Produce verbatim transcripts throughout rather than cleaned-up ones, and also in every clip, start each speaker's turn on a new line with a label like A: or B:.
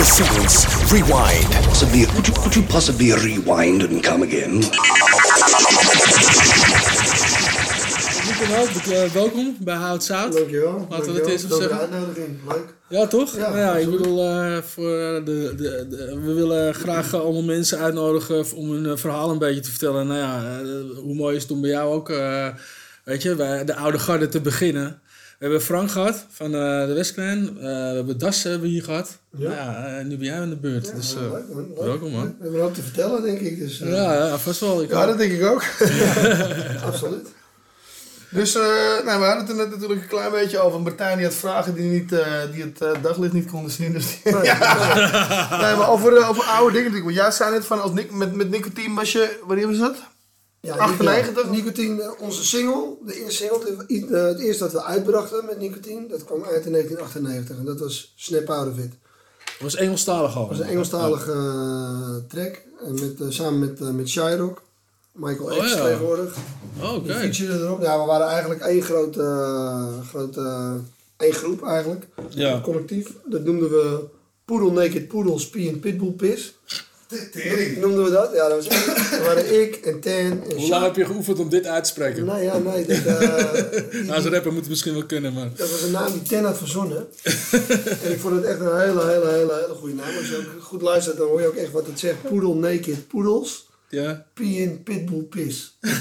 A: the scenes. Rewind.
B: Possibly, could you, could you possibly rewind and come again?
C: Uh, welkom bij Hout Zout.
D: Dankjewel.
C: Laten we het eerst even zeggen.
D: Uitnodiging. Leuk.
C: Ja, toch?
D: Ja,
C: nou ja, ik
D: absoluut.
C: bedoel, uh, voor de, de, de, we willen graag uh, allemaal mensen uitnodigen om hun uh, verhaal een beetje te vertellen. Nou ja, uh, hoe mooi is het om bij jou ook, uh, weet je, bij de oude garde te beginnen. We hebben Frank gehad van uh, de Westclan. Uh, we hebben Das hebben we hier gehad. Ja. Nou ja, uh, nu ben jij aan de beurt.
D: Ja,
C: dus, uh,
D: leuk, man. Leuk.
C: welkom man.
D: We hebben wat te vertellen, denk ik. Dus, uh...
C: ja, ja, vast wel. Ik
D: ja,
C: ook.
D: dat denk ik ook. Absoluut. Dus, uh, nou, we hadden het er net natuurlijk een klein beetje over. Martijn die had vragen die, niet, uh, die het uh, daglicht niet konden zien. Dus die, nee, ja. nee, maar over, uh, over oude dingen natuurlijk. Want jij zei net van, als Nic- met, met nicotine was je, wanneer was dat?
E: Ja,
D: achtennegentig?
E: Nicotine, onze single, de eerste single, de, uh, het eerste dat we uitbrachten met Nicotine, dat kwam uit in negentien achtennegentig en dat was Snap Out of It.
C: Dat was Engelstalig al.
E: Dat was een Engelstalige uh, track, en met, uh, samen met, uh, met Shyrock, Michael X
C: oh, ja.
E: tegenwoordig.
C: Oh, oké.
E: Die featuren erop. Ja, we waren eigenlijk één grote, uh, grote uh, één groep eigenlijk,
C: Ja.
E: een collectief. Dat noemden we Poodle Naked Poodles, Pee en Pitbull Piss.
D: Tering.
E: Noemden we dat? Ja, dat, was echt, dat waren ik en Ten en
C: Hoe
E: Shy.
C: lang heb je geoefend om dit uit te spreken?
E: Nee, ja, nee. Dat, uh, die-
C: Als rapper moet het misschien wel kunnen, maar...
E: Dat was een naam die Ten had verzonnen. En ik vond het echt een hele, hele, hele, hele goede naam. Als je ook goed luistert, dan hoor je ook echt wat het zegt. Poodle Naked Poodles.
C: Ja.
E: Pee in Pitbull Piss. ja,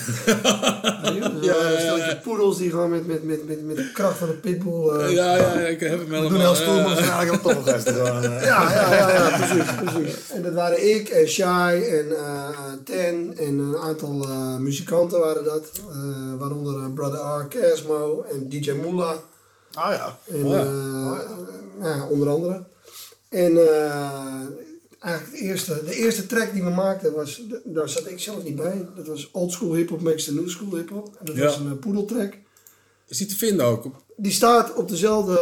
C: ja, ja,
E: Stel
C: ja.
E: je poedels die gewoon met, met, met, met, met de kracht van een pitbull... Uh,
C: Ja, ja, ik heb hem helemaal...
D: We doen heel
C: ja,
D: stoel, maar we
C: ja.
D: zijn eigenlijk wel toch gasten gewoon. uh.
E: ja, ja, ja, ja, precies, precies. En dat waren ik en Shy en uh, Ten en een aantal uh, muzikanten waren dat. Uh, waaronder uh, Brother R, Casmo en D J Moolah.
D: Ah ja.
E: En,
C: Oh ja.
E: uh, ja, onder andere. En uh, eigenlijk de eerste, de eerste track die we maakten, was, daar zat ik zelf niet bij. Dat was Old School Hip Hop Makes the New School Hip Hop. En dat
C: Ja.
E: was een uh, poedeltrack.
C: Is die te vinden ook?
E: Die staat op dezelfde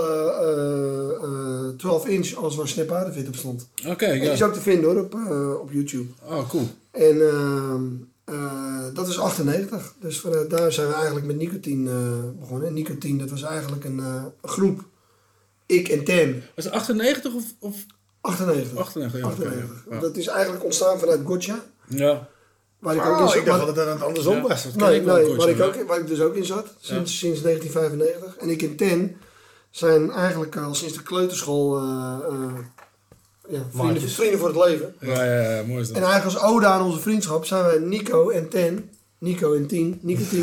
E: uh, uh, twaalf inch als waar Snap Out of It op stond.
C: Oké,
E: En die
C: ja.
E: is ook te vinden hoor, op, uh, op YouTube.
C: Oh, cool.
E: En uh, uh, dat is achtennegentig. Dus vanuit daar zijn we eigenlijk met Nicotine uh, begonnen. En Nicotine, dat was eigenlijk een uh, groep. Ik en Ten.
C: Was het achtennegentig of... of...
E: achtennegentig.
C: achtennegentig, ja, oké,
E: achtennegentig.
C: ja.
E: Dat is eigenlijk ontstaan vanuit Gotcha.
C: Ja.
E: Waar ik
D: Oh,
E: ook in zat.
D: ik dacht
E: waar-
D: dat het het andersom
C: Ja.
D: was. Dat ken
E: Nee,
D: ik wel,
E: nee,
D: Koos,
E: waar, ik
D: ja.
E: ook, in- waar ik dus ook in zat. Sinds, sinds negentien vijfennegentig. En ik en Ten zijn eigenlijk al sinds de kleuterschool uh, uh, ja, vrienden,
D: Maatjes.
E: vrienden voor het leven.
C: Ja, ja, ja, mooi is dat.
E: En eigenlijk als ode aan onze vriendschap zijn wij Nico en Ten. Nico en Tien. Nicotine.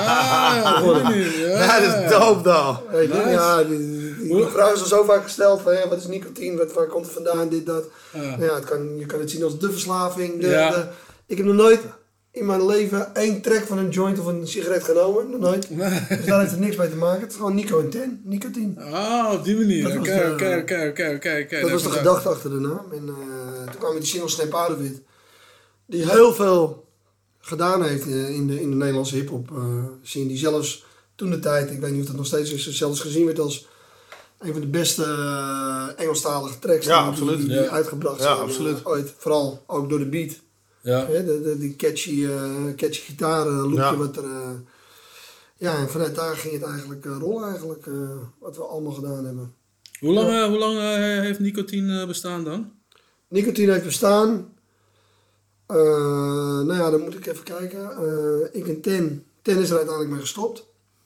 C: Ah, op die manier, ja.
D: Ja, dat is dope dan.
E: Weet je,
C: Nice.
E: ja, die, die, die, die vraag is al zo vaak gesteld van ja, wat is nicotine, wat, waar komt het vandaan, dit, dat.
C: Ja.
E: Nou ja, het kan, je kan het zien als de verslaving. De,
C: Ja.
E: de, ik heb nog nooit in mijn leven één trek van een joint of een sigaret genomen. Nog nooit. Dus daar heeft het niks mee te maken. Het is gewoon Nico en Ten, nicotine.
C: Ah, op die manier.
E: Dat was
C: Oké,
E: de-
C: oké, oké, oké, oké, oké.
E: Dat was de gedachte achter de naam. En uh, toen kwam met die single Snap Out of It. Die heel veel gedaan heeft uh, in, de, in de Nederlandse hiphop uh, scene. Die zelfs toen de tijd, ik weet niet of dat nog steeds is, zelfs gezien werd als een van de beste uh, Engelstalige tracks
D: Ja,
E: die,
D: absoluut.
E: die, die
C: Ja.
E: uitgebracht
D: Ja,
E: zijn.
D: absoluut.
E: uh, ooit. Vooral ook door de beat.
C: Ja.
E: Hè, de, de, die catchy, uh, catchy gitarenloopje
D: Ja.
E: wat er... Uh, ja, en vanuit daar ging het eigenlijk uh, rollen eigenlijk, uh, wat we allemaal gedaan hebben.
C: Hoe lang, eh, hoe lang eh, heeft nicotine eh, bestaan dan?
E: Nicotine heeft bestaan. Uh, nou ja, dan moet ik even kijken. Uh, ik en Ten. Ten is er uiteindelijk mee gestopt.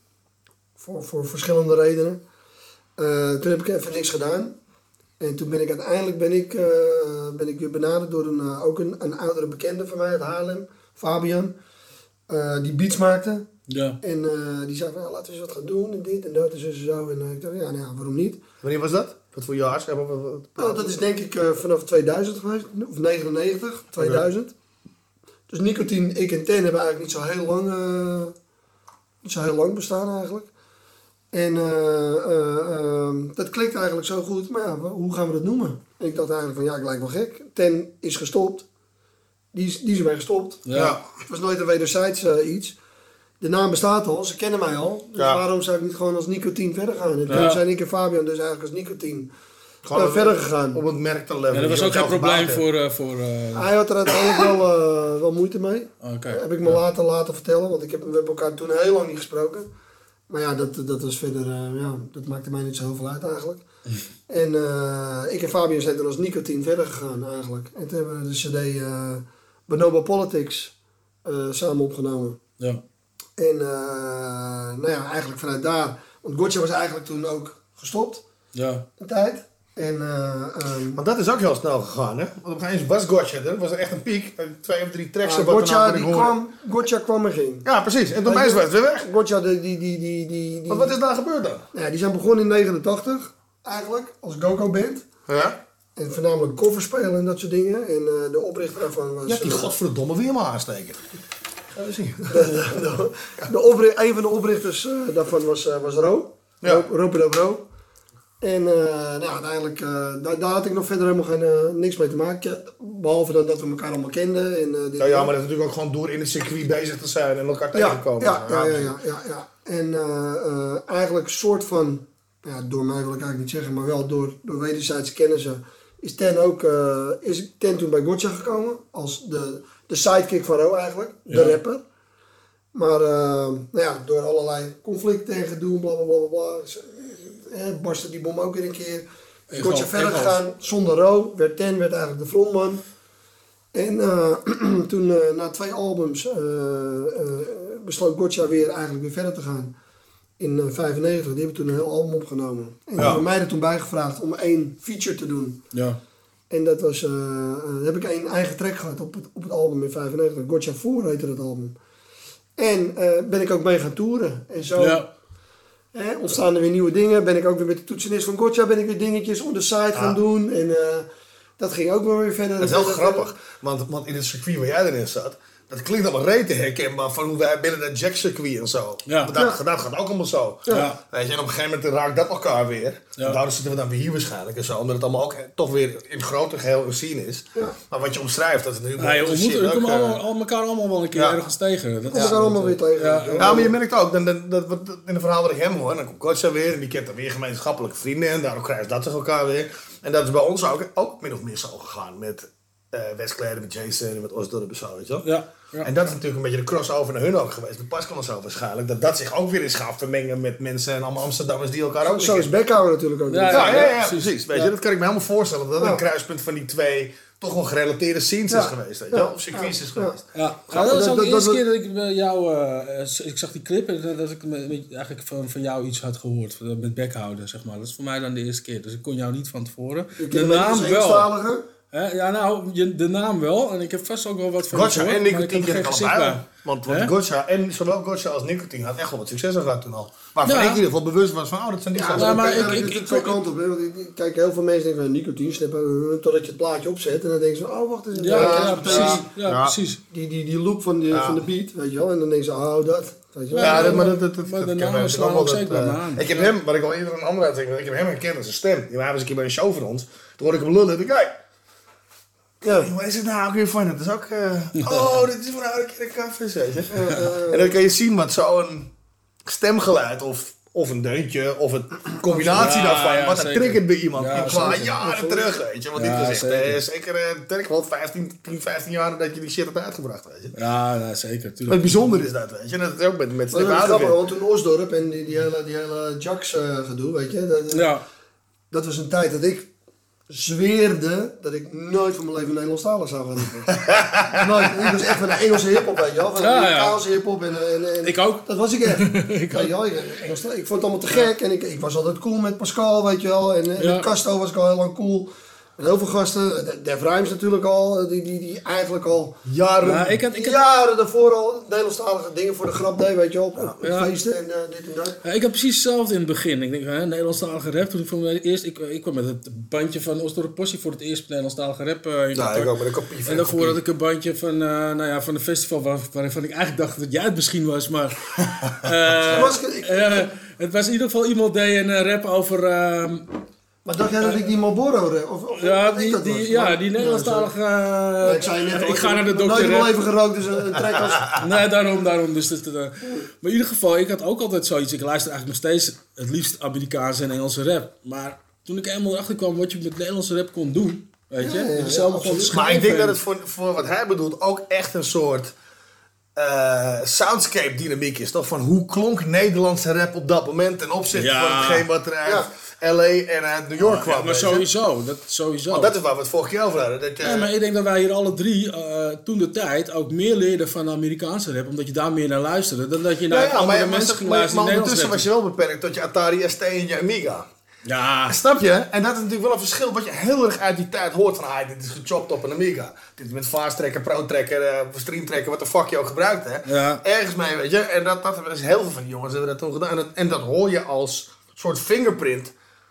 E: Voor, voor verschillende redenen. Uh, toen heb ik even niks gedaan. En toen ben ik uiteindelijk ben ik, uh, ben ik weer benaderd door een, uh, ook een, een oudere bekende van mij uit Haarlem. Fabian. Uh, die beats maakte.
C: Ja.
E: En uh, die zei van ja, laten we eens wat gaan doen en dit en dat en zo en zo. En uh, ik dacht ja, nou ja, waarom niet?
D: Wanneer was dat? Wat voor jaar? Wat- wat- wat-
E: Nou, dat is denk ik uh, vanaf tweeduizend geweest, of negenennegentig, tweeduizend. Dus Nicotine, ik en Ten hebben eigenlijk niet zo heel lang, uh, niet zo heel lang bestaan eigenlijk. En uh, uh, uh, dat klinkt eigenlijk zo goed, maar ja, hoe gaan we dat noemen? En ik dacht eigenlijk van ja, ik lijk wel gek. Ten is gestopt, die is, die is ermee gestopt.
C: Ja.
E: Het was nooit een wederzijds uh, iets. De naam bestaat al, ze kennen mij al. Dus
D: Ja.
E: waarom zou ik niet gewoon als Nicotine verder gaan? En toen
C: Ja.
E: zijn ik en Fabian dus eigenlijk als Nicotine
D: Gewoon
E: uh,
D: om-
E: verder gegaan.
D: Om het merk te leveren.
C: Ja, dat was
D: die
C: ook
D: je
C: geen
D: zelf
C: probleem
D: gebouwd hebt.
C: voor... eh, voor eh,
E: Hij had er uiteindelijk wel, uh, wel moeite mee.
C: Oké.
E: Heb ik me later laten vertellen, want ik heb, we hebben elkaar toen heel lang niet gesproken. maar ja, dat, dat was verder, uh, ja, dat maakte mij niet zo heel veel uit eigenlijk. En uh, ik en Fabian zijn toen als Nicotine verder gegaan eigenlijk. En toen hebben we de cd uh, Bonobo Politics uh, samen opgenomen.
C: Ja.
E: En uh, nou ja, eigenlijk vanuit daar, want Gotcha was eigenlijk toen ook gestopt,
C: Ja.
E: een tijd. En, uh, um,
D: Maar dat is ook heel snel gegaan, hè? Want op een gegeven moment was Gotcha er, was er echt een piek. Twee of drie tracks.
E: uh,
D: wat
E: Gotcha,
D: er
E: die kwam, Gotcha kwam en ging.
D: Ja, precies. En toen was het weer weg.
E: Gotcha, die, die, die, die, die,
D: Want wat is daar gebeurd dan?
E: Nou ja, die zijn begonnen in negenentachtig, eigenlijk, als go-go-band.
D: Ja?
E: En voornamelijk cover spelen en dat soort dingen. En uh, de oprichter daarvan was...
D: Ja, die
E: uh,
D: godverdomme weer maar aansteken. Ga we zien.
E: de, de, de opri- een van de oprichters uh, daarvan was, uh, was Ro.
D: Ja.
E: Ro, Ro Pedro Ro. En uh, nou, uiteindelijk, uh, daar, daar had ik nog verder helemaal geen, uh, niks mee te maken. Behalve dan dat we elkaar allemaal kenden. En, uh, dit
D: Ja, ja, maar dat is natuurlijk ook gewoon door in het circuit bezig te zijn en elkaar
E: ja,
D: tegenkomen.
E: ja, ja, ja, ja, ja, ja. En uh, uh, eigenlijk een soort van, ja, door mij wil ik eigenlijk niet zeggen, maar wel door, door wederzijdse kennissen, is Ten ook, uh, is Ten toen bij Gotcha gekomen. Als de, de sidekick van Ro eigenlijk, de
C: Ja.
E: rapper. Maar uh, nou ja, door allerlei conflicten en gedoe, bla bla bla bla, bla eh, barstte die bom ook weer een keer. Is
C: Ego-
E: Gotcha verder
C: ego's.
E: gegaan, zonder Ro, werd Ten werd eigenlijk de frontman. En uh, toen uh, na twee albums uh, uh, besloot Gotcha weer eigenlijk weer verder te gaan. In uh, vijfennegentig, die hebben toen een heel album opgenomen. En die
D: Ja.
E: hebben mij er toen bij gevraagd om één feature te doen.
C: Ja.
E: En dat was, uh, uh, heb ik een eigen track gehad op het, op het album in vijfennegentig. Gotcha voor heette dat album. En uh, ben ik ook mee gaan toeren. En zo
C: Ja.
E: hè, ontstaan er weer nieuwe dingen. Ben ik ook weer met de toetsenist van Gotcha ben ik weer dingetjes on the side gaan doen. En uh, dat ging ook wel weer verder.
D: Dat is wel
E: verder,
D: grappig, want, want in het circuit waar jij erin zat, dat klinkt allemaal rete herkenbaar van hoe wij binnen dat Jack-circuit en zo.
C: Ja.
D: Dat, dat, dat gaat ook allemaal zo.
C: Ja.
D: Weet je, en op een gegeven moment raakt dat elkaar weer.
C: Ja.
D: En daarom zitten we dan weer hier waarschijnlijk en zo, omdat het allemaal ook toch weer in het grote geheel een scene is.
E: Ja.
D: Maar wat je omschrijft, dat is natuurlijk...
C: Ja, je
D: dat is
C: ontmoet,
D: shit
C: we
D: ook,
C: komen
D: eh,
C: allemaal, al elkaar allemaal wel een keer
D: Ja.
C: ergens tegen. Dat
E: We elkaar allemaal weer tegen.
C: Ja.
D: Ja, maar je merkt ook, dan, dan, dat, wat, in het verhaal dat ik hem hoor, dan komt Gotcha weer en die kent dan weer gemeenschappelijke vrienden en daarom krijgen ze dat tegen elkaar weer. En dat is bij ons ook, ook min of meer zo gegaan met uh, Westkleden, met Jason en met Osdorp en zo, weet je wel.
C: Ja. Ja.
D: En dat is natuurlijk een beetje de crossover naar hun ook geweest, met Pascal en zo waarschijnlijk, dat dat zich ook weer eens gaat vermengen met mensen en allemaal Amsterdammers die elkaar ook...
E: Zo is Beckhauer natuurlijk ook.
C: Ja,
D: Ja, ja, ja,
C: precies.
D: precies. Weet je,
C: Ja.
D: dat kan ik me helemaal voorstellen, dat dat
E: Ja.
D: een kruispunt van die twee toch wel gerelateerde scenes
E: Ja.
D: is geweest, weet je wel,
E: Ja.
D: of circuits is
E: Ja.
D: geweest.
C: Ja, ja, dat was ook
E: dat-
C: de
E: dat-
C: eerste
E: dat-
C: keer dat ik bij jou, uh, ik zag die clip en dat, dat ik met, met- eigenlijk van, van jou iets had gehoord, van- met bekhouden, zeg maar. Dat is voor mij dan de eerste keer, dus ik kon jou niet van tevoren.
E: Ik
C: De
E: ken
C: naam
E: wel.
C: wel. Hè? Ja, nou, je, de naam wel, en ik heb vast ook wel wat van je
D: Gotcha
C: gehoord,
D: en
C: maar
D: Nicotine
C: ik
D: ken
C: heb
D: ik
C: er geen
D: allebei
C: gezicht
D: al.
C: bij.
D: Want, want
C: Hè?
D: Gotcha en zowel Gotcha als Nicotine had echt wel wat succes gehad toen al. Waarvan
C: Ja.
D: ik in ieder geval bewust was van, oh, dat zijn die
E: Ja,
D: gasten.
C: maar
E: maar
C: ik-
E: ik,
C: ik-
E: ik,
C: ik-
E: twee
C: ik-
E: kanten op. Hè? Want ik, ik kijk heel veel mensen denken van nicotine snippen, uh, totdat je het plaatje opzet en dan denken ze, oh wacht eens.
C: Ja, ja,
E: ja,
C: precies. Ja,
D: Ja.
C: precies.
E: Die, die, die loop van, die,
D: Ja.
E: van de beat, weet je wel, en dan denken ze, oh dat. Weet je wel.
D: Ja,
C: Ja,
D: dat, maar dat, dat, dat,
C: maar
D: dat
C: de
D: kennen
C: namen
D: wij
C: slaan
D: allemaal,
C: ook
D: dat,
C: zeker bij
D: eh,
C: me aan.
D: Ik heb
C: Ja.
D: hem, wat ik al eerder een andere uitzending, ik heb hem herkend als een stem. Die waren eens een keer bij een show van ons. Toen hoorde ik hem lullen en ik kijk.
E: Ja.
D: Hoe is het nou ook weer van? Het is ook, uh, oh, dit is van oude kerkkaffers, weet je. En dan kan je zien wat zo'n stemgeluid of, of een deuntje of een combinatie
C: Ja,
D: daarvan,
C: ja,
D: wat dat
C: zeker.
D: triggert bij iemand.
C: Ja,
D: Ja, qua
C: zeker.
D: jaren terug, weet je. Want
C: Ja,
D: dit is echt
C: zeker.
D: eh, zeker, uh, denk wel vijftien, tien, vijftien jaar dat je die shit hebt uitgebracht, weet je.
C: Ja, nou, zeker.
D: Wat
C: Tuurlijk.
D: bijzonder is dat, weet je. En dat is ook met, met
E: Maar
D: Stip
E: dat is grappig,
D: Aardig.
E: want toen Osdorp en die, die hele, die hele Jacks uh, gedoe, weet je, dat,
C: Ja.
E: dat was een tijd dat ik zweerde dat ik nooit van mijn leven Nederlandstalig zou gaan doen. Nooit. Ik was echt van de Engelse hiphop, weet je wel. Van de
C: Ja, ja.
E: Amerikaanse hiphop. En, en, en,
C: Ik ook.
E: Dat was ik echt. ik, weet je wel, ik, Engels, ik vond het allemaal te gek. En ik, ik was altijd cool met Pascal, weet je wel. En, en
C: Ja.
E: met Casto was ik al heel lang cool. Met heel veel gasten. Def Rhymes natuurlijk al. Die, die, die eigenlijk al jaren,
C: Ja, ik had- ik had-
E: jaren daarvoor al Nederlandstalige dingen voor de grap deed, weet je wel. Op, op
C: Ja.
E: feesten en uh, dit en dat.
C: Ja, ik had precies hetzelfde in het begin. Ik denk, hè, Nederlandstalige rap. Toen ik voor mij eerst, ik, ik kwam met het bandje van Osdorp Possie voor het eerst met Nederlandstalige rap uh, in
D: Ja,
C: contact.
D: ik ook met een kopie van
C: En daarvoor had ik een bandje van, uh, nou ja, van een festival waar, waarvan ik eigenlijk dacht dat jij het misschien was, maar uh,
E: Was ik- ik-
C: uh, het was in ieder geval iemand die een uh, rap over, uh,
E: Maar dacht jij dat ik die Marlboro reed? Of, of
C: ja,
E: dat ik
C: die,
E: dat
C: die,
E: was?
C: ja,
E: Maar-
C: die Nederlandstalige, uh,
E: Ja, ik zei je net al,
C: ik ga naar de
E: heb nooit
C: dokter
E: in mijn
C: rap.
E: leven gerookt, dus een, een trek als...
C: Nee, daarom, daarom. Dus dat, dat, uh, maar in ieder geval, ik had ook altijd zoiets. Ik luister eigenlijk nog steeds het liefst Amerikaanse en Engelse rap. Maar toen ik eenmaal erachter kwam wat je met Nederlandse rap kon doen, weet je,
E: Ja, ja,
C: en
E: ja,
C: je zelf begon te
E: absoluut.
C: schrijven.
D: Maar ik denk dat
C: en-
D: het voor, voor wat hij bedoelt ook echt een soort uh, soundscape dynamiek is. Toch? Van hoe klonk Nederlandse rap op dat moment ten opzichte
C: Ja.
D: van hetgeen wat er uit
E: Ja.
D: L A en uit New York kwam.
C: Ja, maar
D: weet je.
C: sowieso. Dat, sowieso.
D: Want dat is waar we het vorige keer over hadden. Dat je,
C: Ja, maar ik denk dat wij hier alle drie uh, toen de tijd ook meer leerden van de Amerikaanse rap. Omdat je daar meer naar luisterde. Dan dat je naar
D: ja, ja,
C: andere
D: maar,
C: mensen
D: maar,
C: ging
D: maar,
C: luisteren.
D: maar
C: die
D: ondertussen was
C: Nederlands
D: je wel beperkt tot je Atari S T en je Amiga.
C: Ja.
D: Snap je? En dat is natuurlijk wel een verschil wat je heel erg uit die tijd hoort van ah, dit is gechopt op een Amiga. Dit is met fast tracker, pro tracker, uh, stream tracker, wat de fuck je ook gebruikt hè.
C: Ja.
D: Ergens mee, weet je. En dat, dat hebben dus heel veel van die jongens hebben dat toen gedaan. En dat, en dat hoor je als soort fingerprint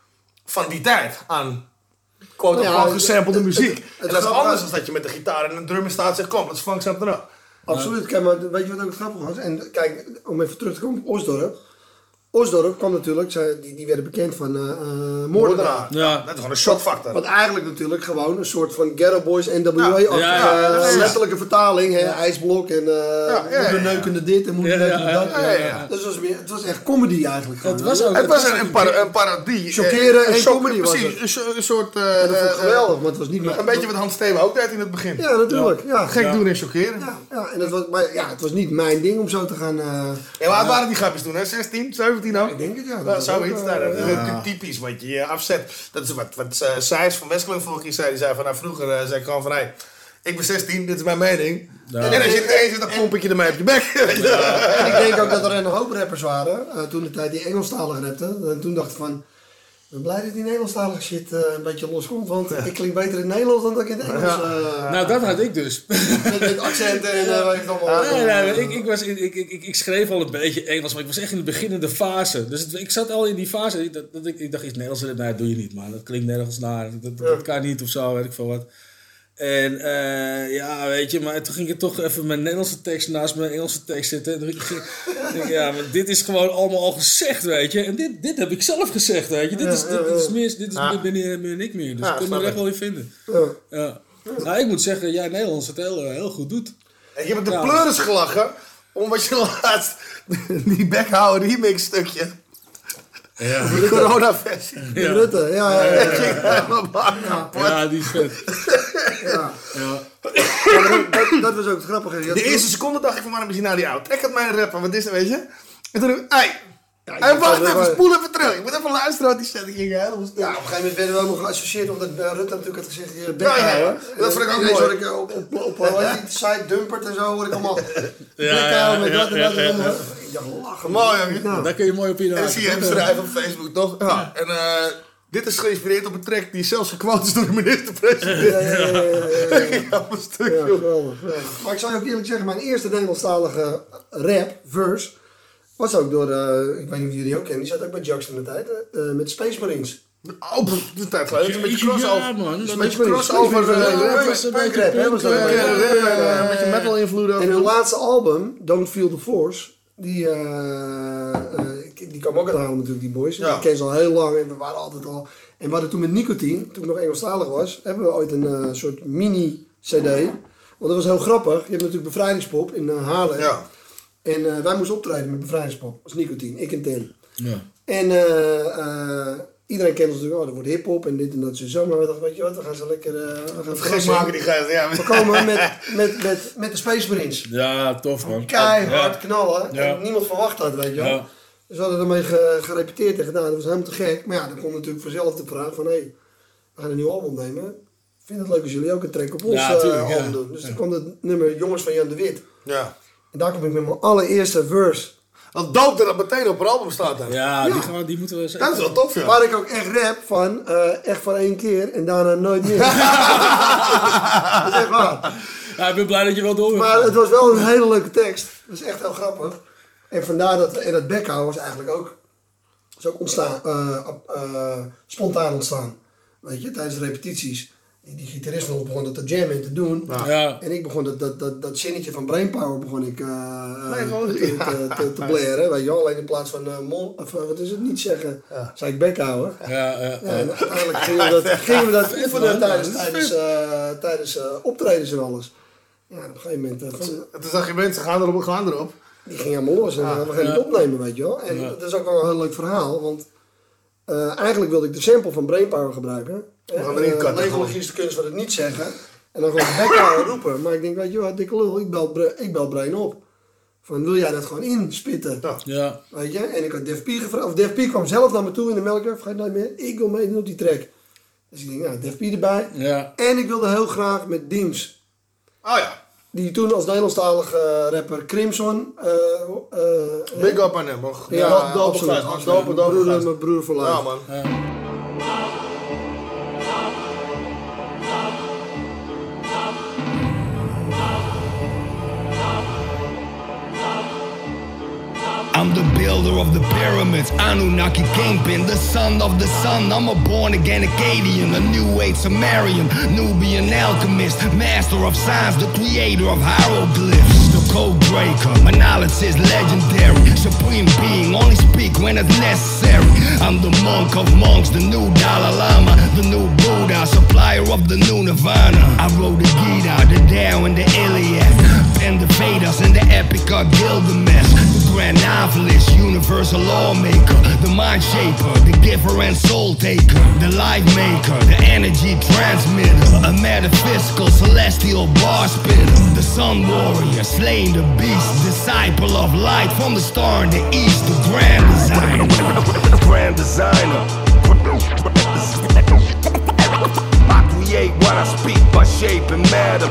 D: van die tijd aan quote
E: Ja,
D: unquote gesampelde
E: het-
D: muziek.
E: het- het
D: en dat is
E: grappige-
D: anders dan dat je met de gitaar en een drum in staat en zegt kom, let's funk something up.
E: Absoluut. Kijk, maar weet je wat ook het grappige was? En kijk, om even terug te komen op Osdorp. Osdorp kwam natuurlijk, zij, die, die werden bekend van uh, uh, moordenaar.
C: Ja.
D: Dat is gewoon een shockfactor.
E: Wat eigenlijk natuurlijk gewoon een soort van Ghetto Boys N W A-achtige
C: Ja, ja, ja, ja, ja.
E: letterlijke vertaling. Hè? IJsblok en uh,
D: ja, ja.
E: moederneukende dit en moederneukende
C: Ja, ja,
E: dat.
C: ja,
D: ja, ja.
E: Dus het was, meer, het was echt comedy eigenlijk. Gewoon,
C: Het was
E: hè?
C: ook-
D: Het was
C: was
D: een, een,
C: ook
D: para-
C: een-
D: een parodie.
E: Chockeren
D: Eh,
E: en
D: shock-
E: comedy was
D: precies,
E: het.
D: een so- een soort... eh,
E: En dat vond ik
D: eh,
E: geweldig, maar het was niet meer...
D: Een beetje wat Hans Steeuwen ook deed in het begin.
E: Ja, natuurlijk. Ja.
D: Gek
C: Ja.
D: doen en chockeren.
E: Ja, ja, en dat was, maar ja, het was niet mijn ding om zo te gaan... Uh,
D: Ja, maar wat waren die grapjes toen? Hè? zestien, zeventien ook?
E: ik denk het, ja.
D: Nou,
E: was
D: zoiets.
E: ook,
D: Nou,
E: uh,
D: dat is natuurlijk typisch wat je je afzet. Dat is wat, wat uh, Sijs van Westkelin vorige keer zei. Die zei van, nou, vroeger uh, zei ik gewoon van, hey, ik ben zestien, dit is mijn mening.
C: Ja.
D: En als je het eens is, dan pomp ik je ermee op je bek. Weet je.
E: En ik denk ook dat er een hoop rappers waren, uh, toen de tijd die Engelstalig rapten. En toen dacht ik van, ik ben blij dat die Nederlandstalige shit uh, een beetje loskomt. Want ik klink beter in het Nederlands dan dat ik in het Engels... Uh,
C: Nou, dat had ik dus.
E: met, met accenten en uh, weet ik allemaal.
C: Nee, nee, ik, ik, was, in- ik, ik, ik, ik schreef al een beetje Engels, maar ik was echt in de beginnende fase. Dus het, ik zat al in die fase. Dat, dat ik, ik dacht, iets Nederlands, nee, dat doe je niet, man. Dat klinkt nergens naar. Dat, dat, dat kan niet of zo, weet ik veel wat. En uh, ja, weet je, maar toen ging ik toch even mijn Nederlandse tekst naast mijn Engelse tekst zitten. En toen ging ik, ja, maar dit is gewoon allemaal al gezegd, weet je. En dit, dit heb ik zelf gezegd, weet je. Dit is, dit, dit is meer, dit is
D: Ja.
C: meer, ben, ben, ben ik meer. Dus
D: Ja,
C: ik kon
D: snap
C: er echt
D: ik.
C: wel in vinden.
E: Ja.
C: Ja. Nou, ik moet zeggen dat jij Nederlands het heel, heel goed doet.
D: En je hebt de
C: Ja.
D: pleuris gelachen, omdat je laatst die bekhouden remix stukje,
C: Ja,
D: die corona-versie.
E: Ja. Rutte, ja, ja, ja.
D: Dat ging helemaal kapot.
C: ja die is vet.
E: ja.
C: Ja.
E: Ja, maar dat, dat, dat was ook het grappige. Je had-
D: De eerste seconde dacht ik van, waarom is hij nou die oud? Trek het mij rappen, wat is dat, weet je? En toen dacht ik, hey,
E: Ja, ik
D: hey, wacht
E: had-
D: even, spoel even terug. Ik moet even luisteren wat die zet. Ik ging helemaal stil.
E: Ja, op een gegeven moment werden we ook nog geassocieerd omdat uh, Rutte natuurlijk had gezegd je bek
D: Ja, ja, ja.
E: houden.
D: Dat vond ik ook
E: Ineens
D: mooi.
E: hoor ik uh, op, op, op, op uh, die site dumpert en zo hoor ik allemaal bek
C: ja,
E: houden met
C: ja,
E: dat en
C: ja,
E: dat en
C: ja,
E: allemaal.
C: ja.
E: Ik dacht lachen.
D: Mooi, jongen.
E: Nou,
C: Daar kun je mooi op
D: En dan
C: inhaken.
D: zie je hem schrijven op Facebook, toch? Ja. En uh, dit is geïnspireerd op een track die zelfs gequote is door de minister-president.
E: ja, ja, ja, ja, ja, ja.
D: Ja, een stuk,
E: Ja,
D: joh.
E: geweldig. Ja. Maar ik zou je ook eerlijk zeggen, mijn eerste Nederlandstalige rap, verse, was ook door, uh, ik weet niet of jullie die ook kennen, die zat ook bij Jux in de tijd, uh, met Space Marines.
D: Oh, pff, de tijd geleden. Het is een beetje
C: Ja,
D: crossover.
C: man.
D: Een
C: Dat
D: beetje
E: is-
D: crossover.
E: Space Marines,
D: eh,
E: ja,
D: rap.
C: was een beetje
E: punkrap, hè, was dat?
C: punk,
D: Ja,
C: eh,
D: rap, eh, Een beetje metal invloed.
E: En hun laatste album, Don't Feel the Force, die, uh, uh, die kwam ook uithalen natuurlijk, die boys.
D: Ja.
E: Ik ken ze al heel lang en we waren altijd al... En we hadden toen met Nicotine, toen ik nog Engelstalig was, hebben we ooit een uh, soort mini-cd. Want dat was heel grappig. Je hebt natuurlijk Bevrijdingspop in uh, Haarlem.
D: Ja.
E: En uh, wij moesten optreden met Bevrijdingspop, als Nicotine, ik en Tim.
C: Ja.
E: En uh, uh, iedereen kent ons natuurlijk, oh, dat wordt hiphop en dit en dat zo. Maar we dachten, weet je wat, we gaan ze lekker... Uh, we gaan
D: Gek
E: verrassen.
D: maken die geit. Ja.
E: We komen met, met, met, met de Space Marines.
C: Ja, tof man.
E: Keihard
C: Ja.
E: knallen.
C: Ja.
E: En niemand verwacht dat, weet je wel.
C: Ja.
E: Dus we hadden ermee ge, gerepeteerd en gedaan. Dat was helemaal te gek. Maar ja, dan komt natuurlijk vanzelf de vraag van... Hé, hey, we gaan een nieuw album nemen. Ik vind het leuk als jullie ook een track op ons
C: Ja,
E: uh,
C: tuurlijk,
E: album
C: ja.
E: doen. Dus
C: Ja.
E: toen kwam het nummer Jongens van Jan de Wit.
D: Ja.
E: En daar kom ik met mijn allereerste verse.
D: Wat dope dat dat meteen op een album staat dan.
C: Ja, die, gaan, die moeten we eens
D: Dat is wel tof, ja.
E: Waar ik ook echt rap van, uh, echt van één keer en daarna nooit meer. Dat is echt waar.
C: Ja, ik ben blij dat je wel door
E: Maar het was wel een hele leuke tekst. Dat is echt heel grappig. En vandaar dat, en dat backhouden was eigenlijk ook, is ook ontstaan, uh, uh, spontaan ontstaan. Weet je, tijdens de repetities. Die, die gitarist van ons begon dat te jammen en te doen.
C: Ja.
E: En ik begon dat, dat, dat, dat zinnetje van Brainpower begon ik uh,
D: Nee, gewoon-
E: te, te, te, te blaren. Weet je wel, alleen in plaats van uh, mon, of, uh, wat is het, niet zeggen, zei ik backhouden.
C: Ja, ja,
E: Ja,
C: ja.
E: en uiteindelijk gingen we dat, gingen we dat oefenen
C: man.
E: tijdens,
C: Dat is
E: tijdens, uh, tijdens uh, optredens en alles. Ja, op een gegeven moment, uh, van,
D: Toen zag je mensen gaan erop, gaan erop.
E: die ging helemaal los en uh, we gingen
C: Ja.
E: het opnemen, weet je wel. En
C: Ja.
E: dat is ook wel een heel leuk verhaal, want uh, eigenlijk wilde ik de sample van Brainpower gebruiken.
D: We gaan erin cutten,
E: Legologie is de kunst van het niet zeggen. En dan gewoon backpower roepen. Maar ik denk, weet je wat, dikke lul, ik bel, Bra- ik bel Brain op. Van, wil jij dat gewoon inspitten?
D: Ja.
C: Ja.
E: Weet je? En ik had Def P gevraagd. Of Def P kwam zelf naar me toe in de melker. Vergeet nooit meer. Ik wil meedoen op die track. Dus ik denk, nou, Def P erbij.
C: Ja.
E: En ik wilde heel graag met Deems.
D: Oh ja.
E: Die toen als Nederlandstalige rapper Crimson. Uh, uh,
D: Big up aan hem, man.
E: Ja,
D: dope
E: absoluut.
D: gast, man.
E: absoluut.
D: Dope, dope
E: Broeder,
D: gast.
E: mijn broer voor
D: Ja,
E: life.
D: man.
C: Ja.
F: I'm the builder of the pyramids, Anunnaki kingpin, the son of the sun. I'm a born-again Akkadian, a new age Sumerian, Nubian alchemist, master of science, the creator of hieroglyphs, the code breaker. My knowledge is legendary, supreme being, only speak when it's necessary. I'm the monk of monks, the new Dalai Lama, the new Buddha, supplier of the new Nirvana. I wrote the Gita, the Tao and the Iliad, and the Vedas and the Epic of Gilgamesh, the grand novelist, universal lawmaker, the mind shaper, the giver and soul taker, the life maker, the energy transmitter, a metaphysical celestial bar spitter, the sun warrior, slain the beast, disciple of light from the star in the east, the grand designer, grand designer. I create what I speak by shape and matter.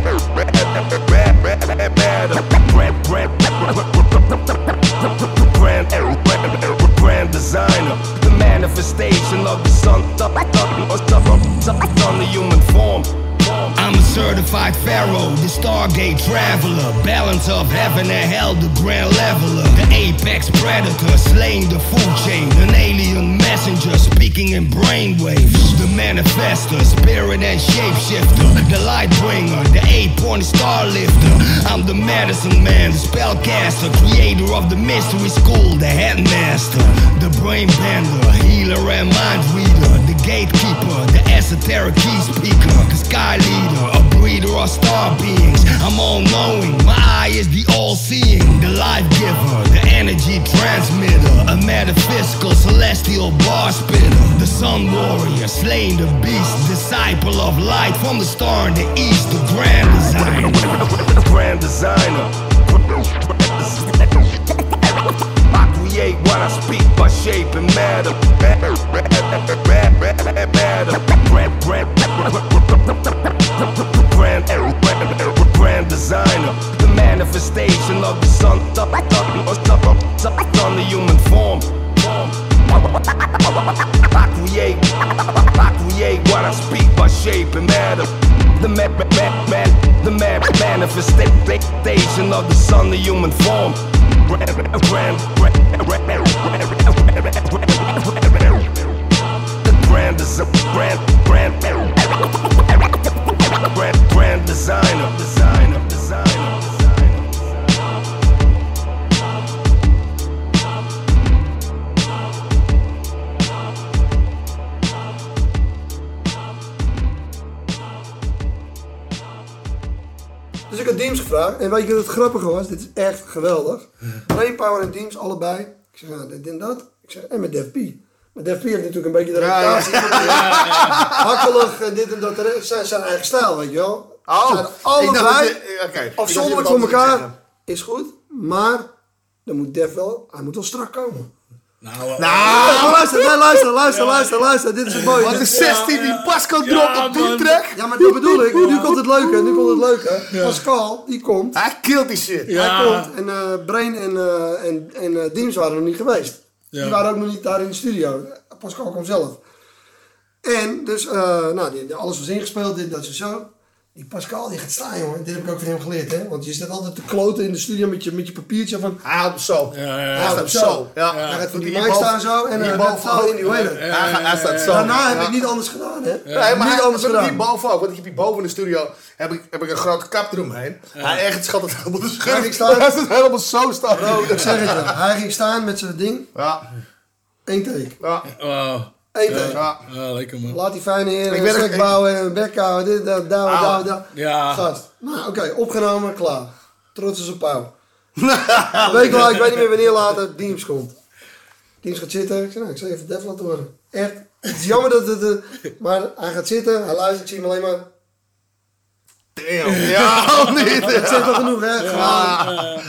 F: Grand, grand designer, the manifestation of the sun, on the human form. I'm a certified pharaoh, the Stargate traveler, balance of heaven and hell, the grand leveler, the apex predator, slaying the food chain, an alien messenger speaking in brainwaves, the manifester, spirit and shapeshifter, the light bringer, the eight-pointed star lifter. I'm the medicine man, the spellcaster, creator of the mystery school, the headmaster, the brain bender, healer and mind reader, the gatekeeper, the esoteric key speaker, the sky leader, a breeder of star beings. I'm all-knowing, my eye is the all-seeing, the life giver, the energy transmitter, a metaphysical celestial bar spitter, the sun warrior, slain the beast, disciple of light from the star in the east, the grand designer, grand designer. I create what I speak by shape and matter. Grand, grand designer, the manifestation of the sun, on the human form. I create, I create what I speak by shape and matter. The man, man, man, the man, manifestation of the sun, the human form. Grand, grand, the grand, grand, grand, grand, grand designer, designer, designer, designer.
E: Dus ik had Deems gevraagd. En weet je wat het grappige was? Dit is echt geweldig. Brainpower en Deems, allebei. Ik zeg, nou, dit en dat. Ik zeg, en met Def P. Maar Def P heeft natuurlijk een beetje de reputatie. Ja, ja, ja. Hakkelig en dit en dat. Zijn, zijn eigen stijl, weet je wel.
D: Oh,
E: zijn allebei
D: okay.
E: afzonderlijk voor elkaar. Is goed. Maar dan moet Def wel, hij moet wel strak komen.
C: Nou,
E: nou, nou luister, nee, luister, luister, ja. luister, luister. Dit is een mooie.
D: Wat de zestien die Pascal ja, dropt op die track.
E: Ja, maar dat bedoel ik. Nu komt het leuke, nu komt het leuke. Ja. Pascal, die komt.
D: Hij killt die shit.
E: Ja. Hij komt en uh, Brain en, uh, en, en uh, Deems waren nog niet geweest. Ja. Die waren ook nog niet daar in de studio. Pascal kwam zelf. En dus, uh, nou, die, alles was ingespeeld, dit, dat, zo, zo. Die Pascal, die gaat staan, jongen. Dit heb ik ook van hem geleerd, hè. Want je zit altijd te kloten in de studio met je, met je papiertje van...
D: Hij houdt hem zo.
E: Ja, ja, ja. Hij houdt hem zo. zo. Ja. Ja. Hij gaat voor die mic staan zo en dan gaat het in die hoe heet het.
D: Hij staat zo.
E: Daarna heb ik niet anders gedaan, hè.
D: Ja. Nee, maar niet hij, anders gedaan. Niet boven ook, want ik heb hier boven in de studio heb ik, heb ik een grote kap eromheen. Ja. Hij echt schat het helemaal de schurf. Hij staat helemaal zo staan.
E: Bro, ik zeg het je. Hij ging staan met zijn ding.
D: Ja.
E: Eén take.
D: Ja.
C: Wow.
E: Eén take.
C: Ja. Ja, lekker man.
E: Laat die fijne heren een stuk bouwen en een bek houden. Dit, dat, daar,
C: ah,
E: daar, daar.
C: Ja.
E: Gast. Nou, oké. Okay, opgenomen, klaar. Trots als een pauw. Een week lang, ik weet niet meer wanneer later, Deems komt. Deems gaat zitten. Ik zeg, nou, ik zal even Def laten horen. Echt. Het is jammer dat het... Uh, maar hij gaat zitten, hij luistert, ik zie hem alleen maar...
D: Damn. Ja, of niet?
E: Dat zegt wel genoeg, hè? Ja. Gewoon, bam.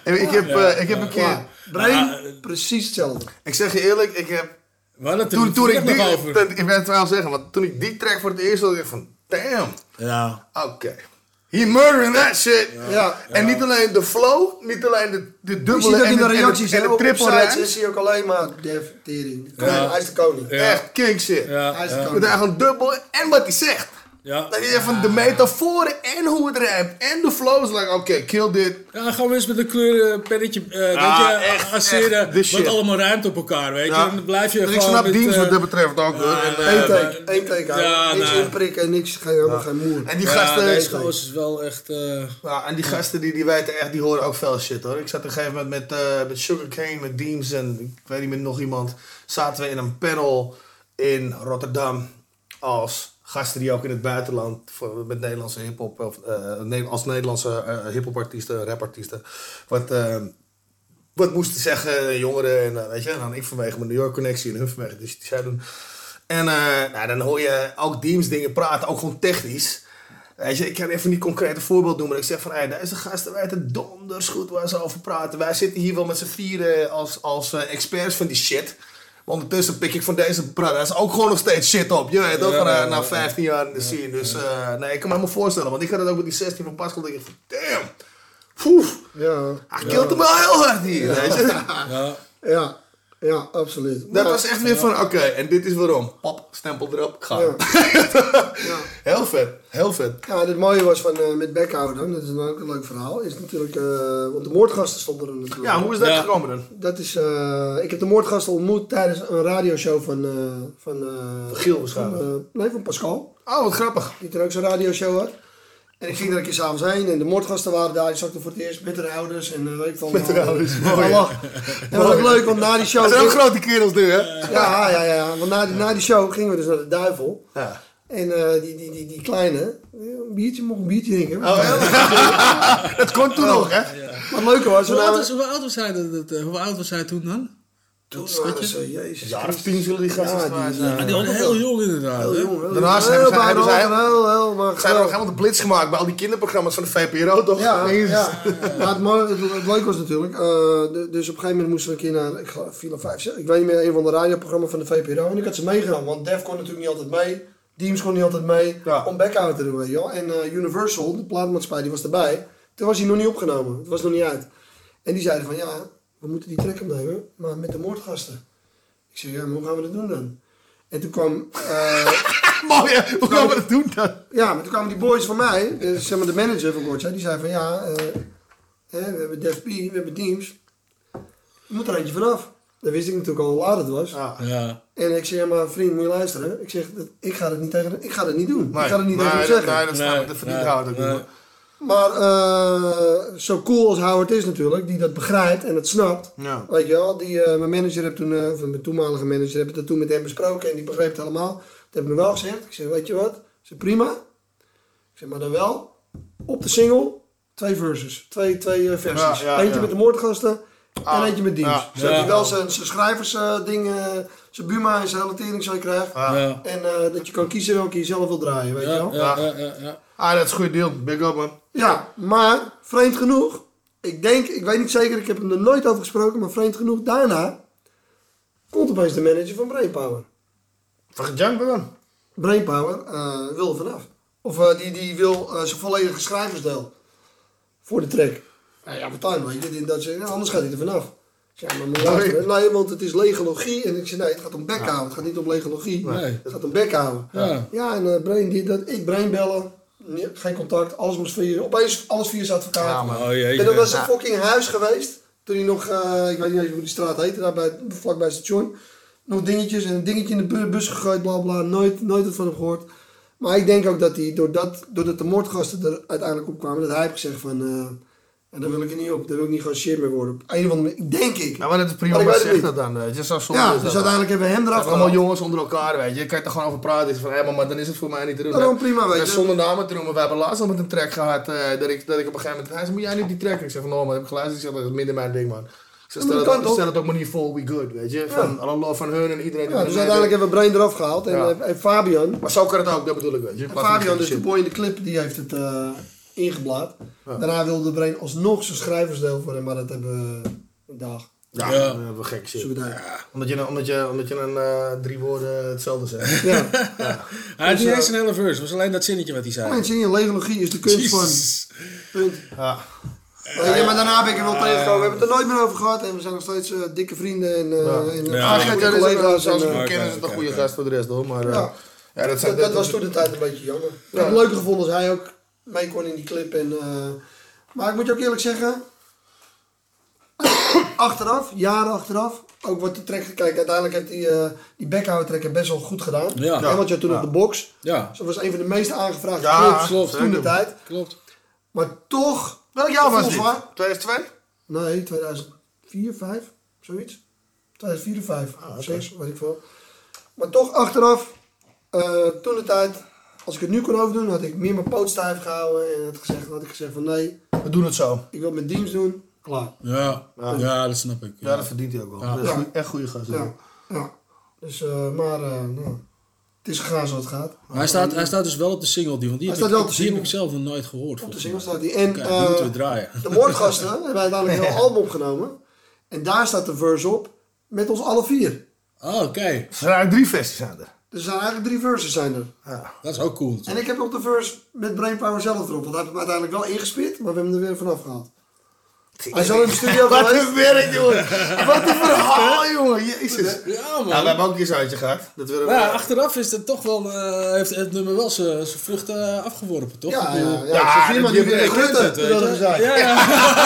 D: ik, heb,
C: Ja,
D: uh, ik heb
C: ja.
D: een keer...
E: Klaar. Brain,
C: Ja.
E: precies hetzelfde.
D: Ik zeg je eerlijk, ik heb...
C: We hadden het er
D: Toen, toen ik
C: nog
D: die...
C: over.
D: Ten, ik wil het wel zeggen, want toen ik die track voor het eerst had, dacht ik van... Damn,
C: Ja.
D: oké. Okay. He murdering that shit.
E: Ja.
D: En niet alleen de flow, niet alleen de, de
E: Je
D: dubbele
E: ziet ook
D: en
E: in
D: de,
E: de
D: en de,
E: reacties,
D: en
E: hè,
D: de
E: op
D: triple
E: sites
D: rijms.
E: zie je ook alleen maar Dev Tering.
C: Ja.
E: Hij is de koning.
C: Ja.
D: Echt king shit.
C: Ja.
E: Hij is de
C: Ja.
D: Met
E: koning.
D: eigenlijk dubbel en wat hij zegt.
C: Ja.
D: Dat je van de metaforen en hoe het rijmt en de flow is like, oké, okay, kill dit.
C: Ja, gewoon eens met een kleurenpennetje uh,
D: Ja,
C: weet je,
D: echt,
C: asseren
D: echt, this
C: wat
D: shit.
C: allemaal ruimt op elkaar, weet je.
D: Ja.
C: En dan blijf je
D: Dus
C: gewoon
D: ik snap
C: met...
D: dienst
C: uh,
D: wat dat betreft ook. hoor. En, uh,
E: Eén
C: Ja,
E: take,
C: maar-
E: één take houden.
C: Ja,
E: niks
C: nou.
E: inprikken, niks, geen, helemaal geen moer.
D: en die
C: ja,
D: gasten,
C: deze
E: nee.
C: gozer is wel echt... Uh,
D: ja, en die gasten die, die weten echt, die horen ook veel shit hoor. Ik zat op een gegeven moment met, uh, met Sugarcane, met Deems en ik weet niet met nog iemand. Zaten we in een panel in Rotterdam als gasten die ook in het buitenland voor, met Nederlandse hiphop, of uh, als Nederlandse uh, hiphopartiesten, rapartiesten, wat, uh, wat moesten zeggen, jongeren en uh, weet je, en dan ik vanwege mijn New York connectie en hun vanwege dus die zij doen. En uh, nou, dan hoor je ook Deems dingen praten, ook gewoon technisch. Weet je, ik kan even niet concreet een voorbeeld noemen. Ik zeg van, hey, deze gasten weten donders goed waar ze over praten. Wij zitten hier wel met z'n vieren als, als uh, experts van die shit. Maar ondertussen pik ik van deze praten. Dat is ook gewoon nog steeds shit op. Je weet toch,
C: Ja,
D: van, uh,
C: ja,
D: na
C: ja.
D: vijftien jaar in de scene. Dus uh, nee, ik kan me helemaal voorstellen. Want ik had het ook met die zestien van Pascal. denk ik van, damn. Poef.
E: Ja,
D: Hij killt hem wel heel hard hier, weet je.
C: ja.
E: ja, ja, absoluut.
D: Dat
E: Ja.
D: was echt weer van, oké, okay, en dit is waarom. Pap, stempel erop, ga.
E: Ja.
D: Heel vet, heel vet.
E: Ja, het mooie was van uh, met Beckhouden, dat is dan ook een leuk verhaal, is natuurlijk, uh, want de moordgasten stonden er natuurlijk.
D: Ja, hoe is dat
C: Ja.
D: gekomen dan?
E: Dat is, uh, ik heb de moordgasten ontmoet tijdens een radioshow van, uh, van, uh,
D: Giel
E: van
D: waarschijnlijk.
E: uh, nee, van Pascal,
D: Oh, wat grappig.
E: die er ook zo'n radioshow had. En ik ging er een keer s'avonds heen en de moordgasten waren daar, die zag er voor het eerst met de ouders en uh, weet ik veel.
D: Met de ouders,
E: Ja,
D: mooi.
E: lach. En dat was ook leuk, want na die show...
D: Dat zijn ook grote kerels nu, hè?
E: Ja, ja, ja, want na die, na die show gingen we dus naar de Duivel.
D: Ja.
E: En uh, die, die, die, die kleine, een biertje, mocht een biertje drinken.
D: Oh, ja. Dat kon toen nog, hè?
E: Wat leuker was, we
C: Hoe, oud
E: namen...
C: was, hoe oud was hij dat, dat, uh, hoe oud was hij toen dan?
E: Toen
C: Dat
E: waren
C: schatje?
E: ze, jezus.
D: Ja, of tien zullen die gasten
E: Ja,
D: geweest
E: die-
D: zijn.
C: Ah, die was heel jong inderdaad.
E: Heel
C: hè?
E: jong, heel
D: Daarnaast
E: jong.
D: hebben ze-
E: Heel
D: hebben ze-
E: bijna heel, heel, maar
D: Zijn er ook
E: geweldig.
D: helemaal de blitz gemaakt bij al die kinderprogramma's van de V P R O, toch?
E: Ja,
D: Nee,
E: ja. Maar het, mooie, het, het leuke was natuurlijk, uh, de, dus op een gegeven moment moesten we een keer naar, ik geloof vier of vijf, ik weet niet meer, een van de radioprogramma's van de V P R O. En ik had ze meegenomen, want Def kon natuurlijk niet altijd mee, Deems kon niet altijd mee,
D: Ja.
E: om Backhouden te doen, weet je wel. En uh, Universal, de platenmaatschappij, die was erbij. Toen was hij nog niet opgenomen, het was nog niet uit. En die zeiden van, ja, we moeten die track opnemen, maar met de moordgasten. Ik zei, ja, maar hoe gaan we dat doen dan? En toen kwam... Uh,
D: Mooi, hè? Hoe gaan we dat doen dan?
E: Ja, maar toen kwamen die boys van mij, de, zeg maar de manager van Gotcha, die zei van ja, uh, hè, we hebben Def P, we hebben Deems, er moet er eentje vanaf. Dat wist ik natuurlijk al hoe laat het was.
D: Ja.
C: Ja.
E: En ik zeg, ja maar vriend, moet je luisteren. Ik zeg, dat, ik ga het niet tegen, ik ga het niet doen.
D: Nee,
E: ik ga het niet
D: nee,
E: tegen hem
D: dat-
E: zeggen.
D: Nee, dat staat
C: Nee,
D: met de vriend
C: nee,
D: houden ook
C: nee.
D: niet.
E: Maar uh, zo cool als Howard is natuurlijk, die dat begrijpt en het snapt.
D: Ja.
E: Weet je wel, die, uh, mijn manager heb toen, uh, of mijn toenmalige manager, heb ik dat toen met hem besproken en die begreep het helemaal. Dat heb ik me wel gezegd. Ik zeg, weet je wat, ik zeg prima. Ik zeg, maar dan wel op de single twee verses, twee, twee uh, versies.
D: Ja, ja,
E: eentje
D: ja.
E: met de moordgasten
D: Ah,
E: en eentje met Deems.
D: ja.
E: Zodat
C: Ja.
E: hij wel zijn, zijn schrijversdingen, zijn Buma en zijn relatering zo krijgt.
D: Ja.
C: Ja.
E: En uh, dat je kan kiezen welke je zelf wil draaien, weet je
C: Ja,
E: wel.
C: ja, ja, ja, ja.
D: Ah, dat is een goede deal. Big up, man.
E: Ja, maar vreemd genoeg, ik denk, ik weet niet zeker, ik heb hem er nooit over gesproken, maar vreemd genoeg, daarna komt opeens de manager van Brainpower.
D: Van gejankt dan?
E: Brainpower uh, wil er vanaf. Of uh, die, die wil uh, zijn volledige schrijversdeel voor de track. Nou ja, Martijn, weet je, dat ze, nou, anders gaat hij er vanaf. Ik zeg, ja, maar moet je luisteren. Nee, want het is legologie. En ik zei, nee, het gaat om bekhouden. Het gaat niet om legologie.
C: Nee.
E: Het gaat om bekhouden.
C: Ja.
E: Ja, en uh, Brain, die, dat, ik Brain bellen. Nee, geen contact. Alles moest via, opeens alles via zijn advocaat.
D: Ja, man.
C: Oh jeetje.
E: En dat was een fucking huis geweest. Toen hij nog, uh, ik weet niet eens hoe die straat heette, daar bij, vlakbij het station. Nog dingetjes en een dingetje in de bu- bus gegooid, bla bla. Nooit, nooit wat van hem gehoord. Maar ik denk ook dat hij, doordat, doordat de moordgasten er uiteindelijk op kwamen, dat hij heeft gezegd van, uh, en daar wil ik er niet op. Daar wil ik niet geassocieerd mee worden. Op een of andere manier, denk ik.
D: Ja, maar dat is prima,
E: Maar ik
D: maar
E: weet het
D: zeg
E: niet.
D: dat dan. Weet je. Zo zonde
E: Ja,
D: is
E: dus
D: dat
E: uiteindelijk hebben we hem
D: dan.
E: eraf
D: Het zijn allemaal
E: gehaald.
D: jongens onder elkaar, weet je. Je kan er gewoon over praten. Is van, hé, maar dan is het voor mij niet te doen.
E: Daarom prima, weet
D: Dat
E: je.
D: is zonder namen te noemen. We hebben laatst al met een track gehad. Uh, dat, ik, dat ik op een gegeven moment... Hij zei, moet jij niet die track? Ik zeg van, no man, heb ik geluisterd. Ik zeg, dat is minder mijn ding, man. Ik zeg,
E: Ja, maar
D: stel,
E: dat
D: het,
E: kan
D: stel
E: toch?
D: het ook maar niet vol, we good, weet je. Van alle love van hun en iedereen. die
E: Ja,
D: met
E: dus
D: mij
E: uiteindelijk
D: doet.
E: hebben we Brain eraf gehaald. En,
D: Ja.
E: uh, en Fabian,
D: Maar zo kan het ook, dat bedoel ik, weet je.
E: en Fabian, dus de boy in de clip, die heeft het uh, ingeblaad. Ja. Daarna wilde Brain alsnog zijn schrijversdeel voor hem, maar dat hebben we een dag.
D: Ja,
C: Ja.
D: dat hebben we gek shit.
E: Ja.
D: Omdat je, omdat je, omdat je een uh, drie woorden hetzelfde zegt.
E: Ja.
D: Ja.
C: Hij had
E: Dus,
C: niet
E: uh,
C: eens een hele verse, het was alleen dat zinnetje wat hij zei.
E: Mijn zin in legologie is de kunst
C: Jezus.
E: van... Punt.
D: Ja.
E: Uh, ja, maar daarna ben ik er wel tegengekomen. We hebben het er nooit meer over gehad en we zijn nog steeds uh, dikke vrienden en, uh,
D: Ja.
E: en
C: Ja.
E: uh,
D: Ah,
E: goede
D: ja,
E: collega's. En,
D: zoals
E: uh,
D: we
C: Oké,
D: kennen is het een
C: oké,
D: goede
C: oké.
D: gast voor de rest hoor. Maar uh,
E: Ja.
D: ja, dat, zijn,
E: dat, dat was toen de tijd een beetje jammer. Ik
D: Ja.
E: heb het leuker gevonden als hij ook mee kon in die clip. En, uh, maar ik moet je ook eerlijk zeggen, achteraf, jaren achteraf, ook wat de track gekeken. Uiteindelijk heeft die, uh, die backhouder track best wel goed gedaan.
C: Ja.
E: Ja, want je had toen
D: Ja.
E: op de box.
C: Ja,
E: Dus dat was een van de meest aangevraagde
D: Ja,
E: clips
C: klopt.
E: toen de tijd.
C: klopt.
E: Maar toch...
D: welk jaar was dit?
E: volgens mij-
D: tweeduizend twee?
E: Nee, tweeduizend vier, vijf, zoiets. tweeduizend vier of vijf,
D: Ah, oké.
E: zes, weet ik veel. Maar toch achteraf, uh, toen de tijd, als ik het nu kon overdoen, had ik meer mijn poot stijf gehouden en had, gezegd, had ik gezegd van nee,
D: We doen het zo.
E: ik wil mijn dienst doen, klaar.
C: Ja,
D: Ja.
C: ja. dat snap ik.
D: Ja, dat verdient hij ook wel.
C: Ja.
D: Dat is
E: Ja.
D: goed- echt goede gast.
E: Ja, ja. Dus, uh, maar, uh, nou, het is gegaan zoals het gaat.
C: Maar hij staat, hij staat dus wel op de single, die, want die,
E: Hij
C: heb,
E: staat
C: ik,
E: wel op de
C: die heb
E: single.
C: ik zelf nog nooit gehoord.
E: Op de
C: volgens
E: single
C: mij.
E: staat hij. En
C: Kijk, die moeten we
E: uh,
C: draaien.
E: de Moordgasten hebben uiteindelijk een heel album opgenomen. En daar staat de verse op, met ons alle vier.
C: Oh, oké.
D: Er zijn eigenlijk drie versies zijn er.
E: Er zijn eigenlijk drie verses zijn er.
D: Ja.
C: Dat is ook cool.
E: En ik heb nog de verse met Brainpower zelf erop. Want hij heeft hem uiteindelijk wel ingespit, maar we hebben hem er weer vanaf gehaald. Hij is al in de studio
D: Wat
E: geweest.
D: een werk, jongen. Wat een verhaal, jongen. Jezus.
C: Ja, man.
D: Ja, we hebben ook een uitje gehad. Dat we
C: Maar ja, achteraf is het toch wel, uh, heeft het nummer wel zijn zijn vruchten uh, afgeworpen, toch?
E: Ja,
C: Ik bedoel-
E: ja, ja.
D: Ja,
E: Sophie, maar
D: die
E: die weer
D: hebben
E: Rutte,
C: het,
E: die
C: weet
E: wilde
C: je.
E: gezegd.
C: Ja, ja.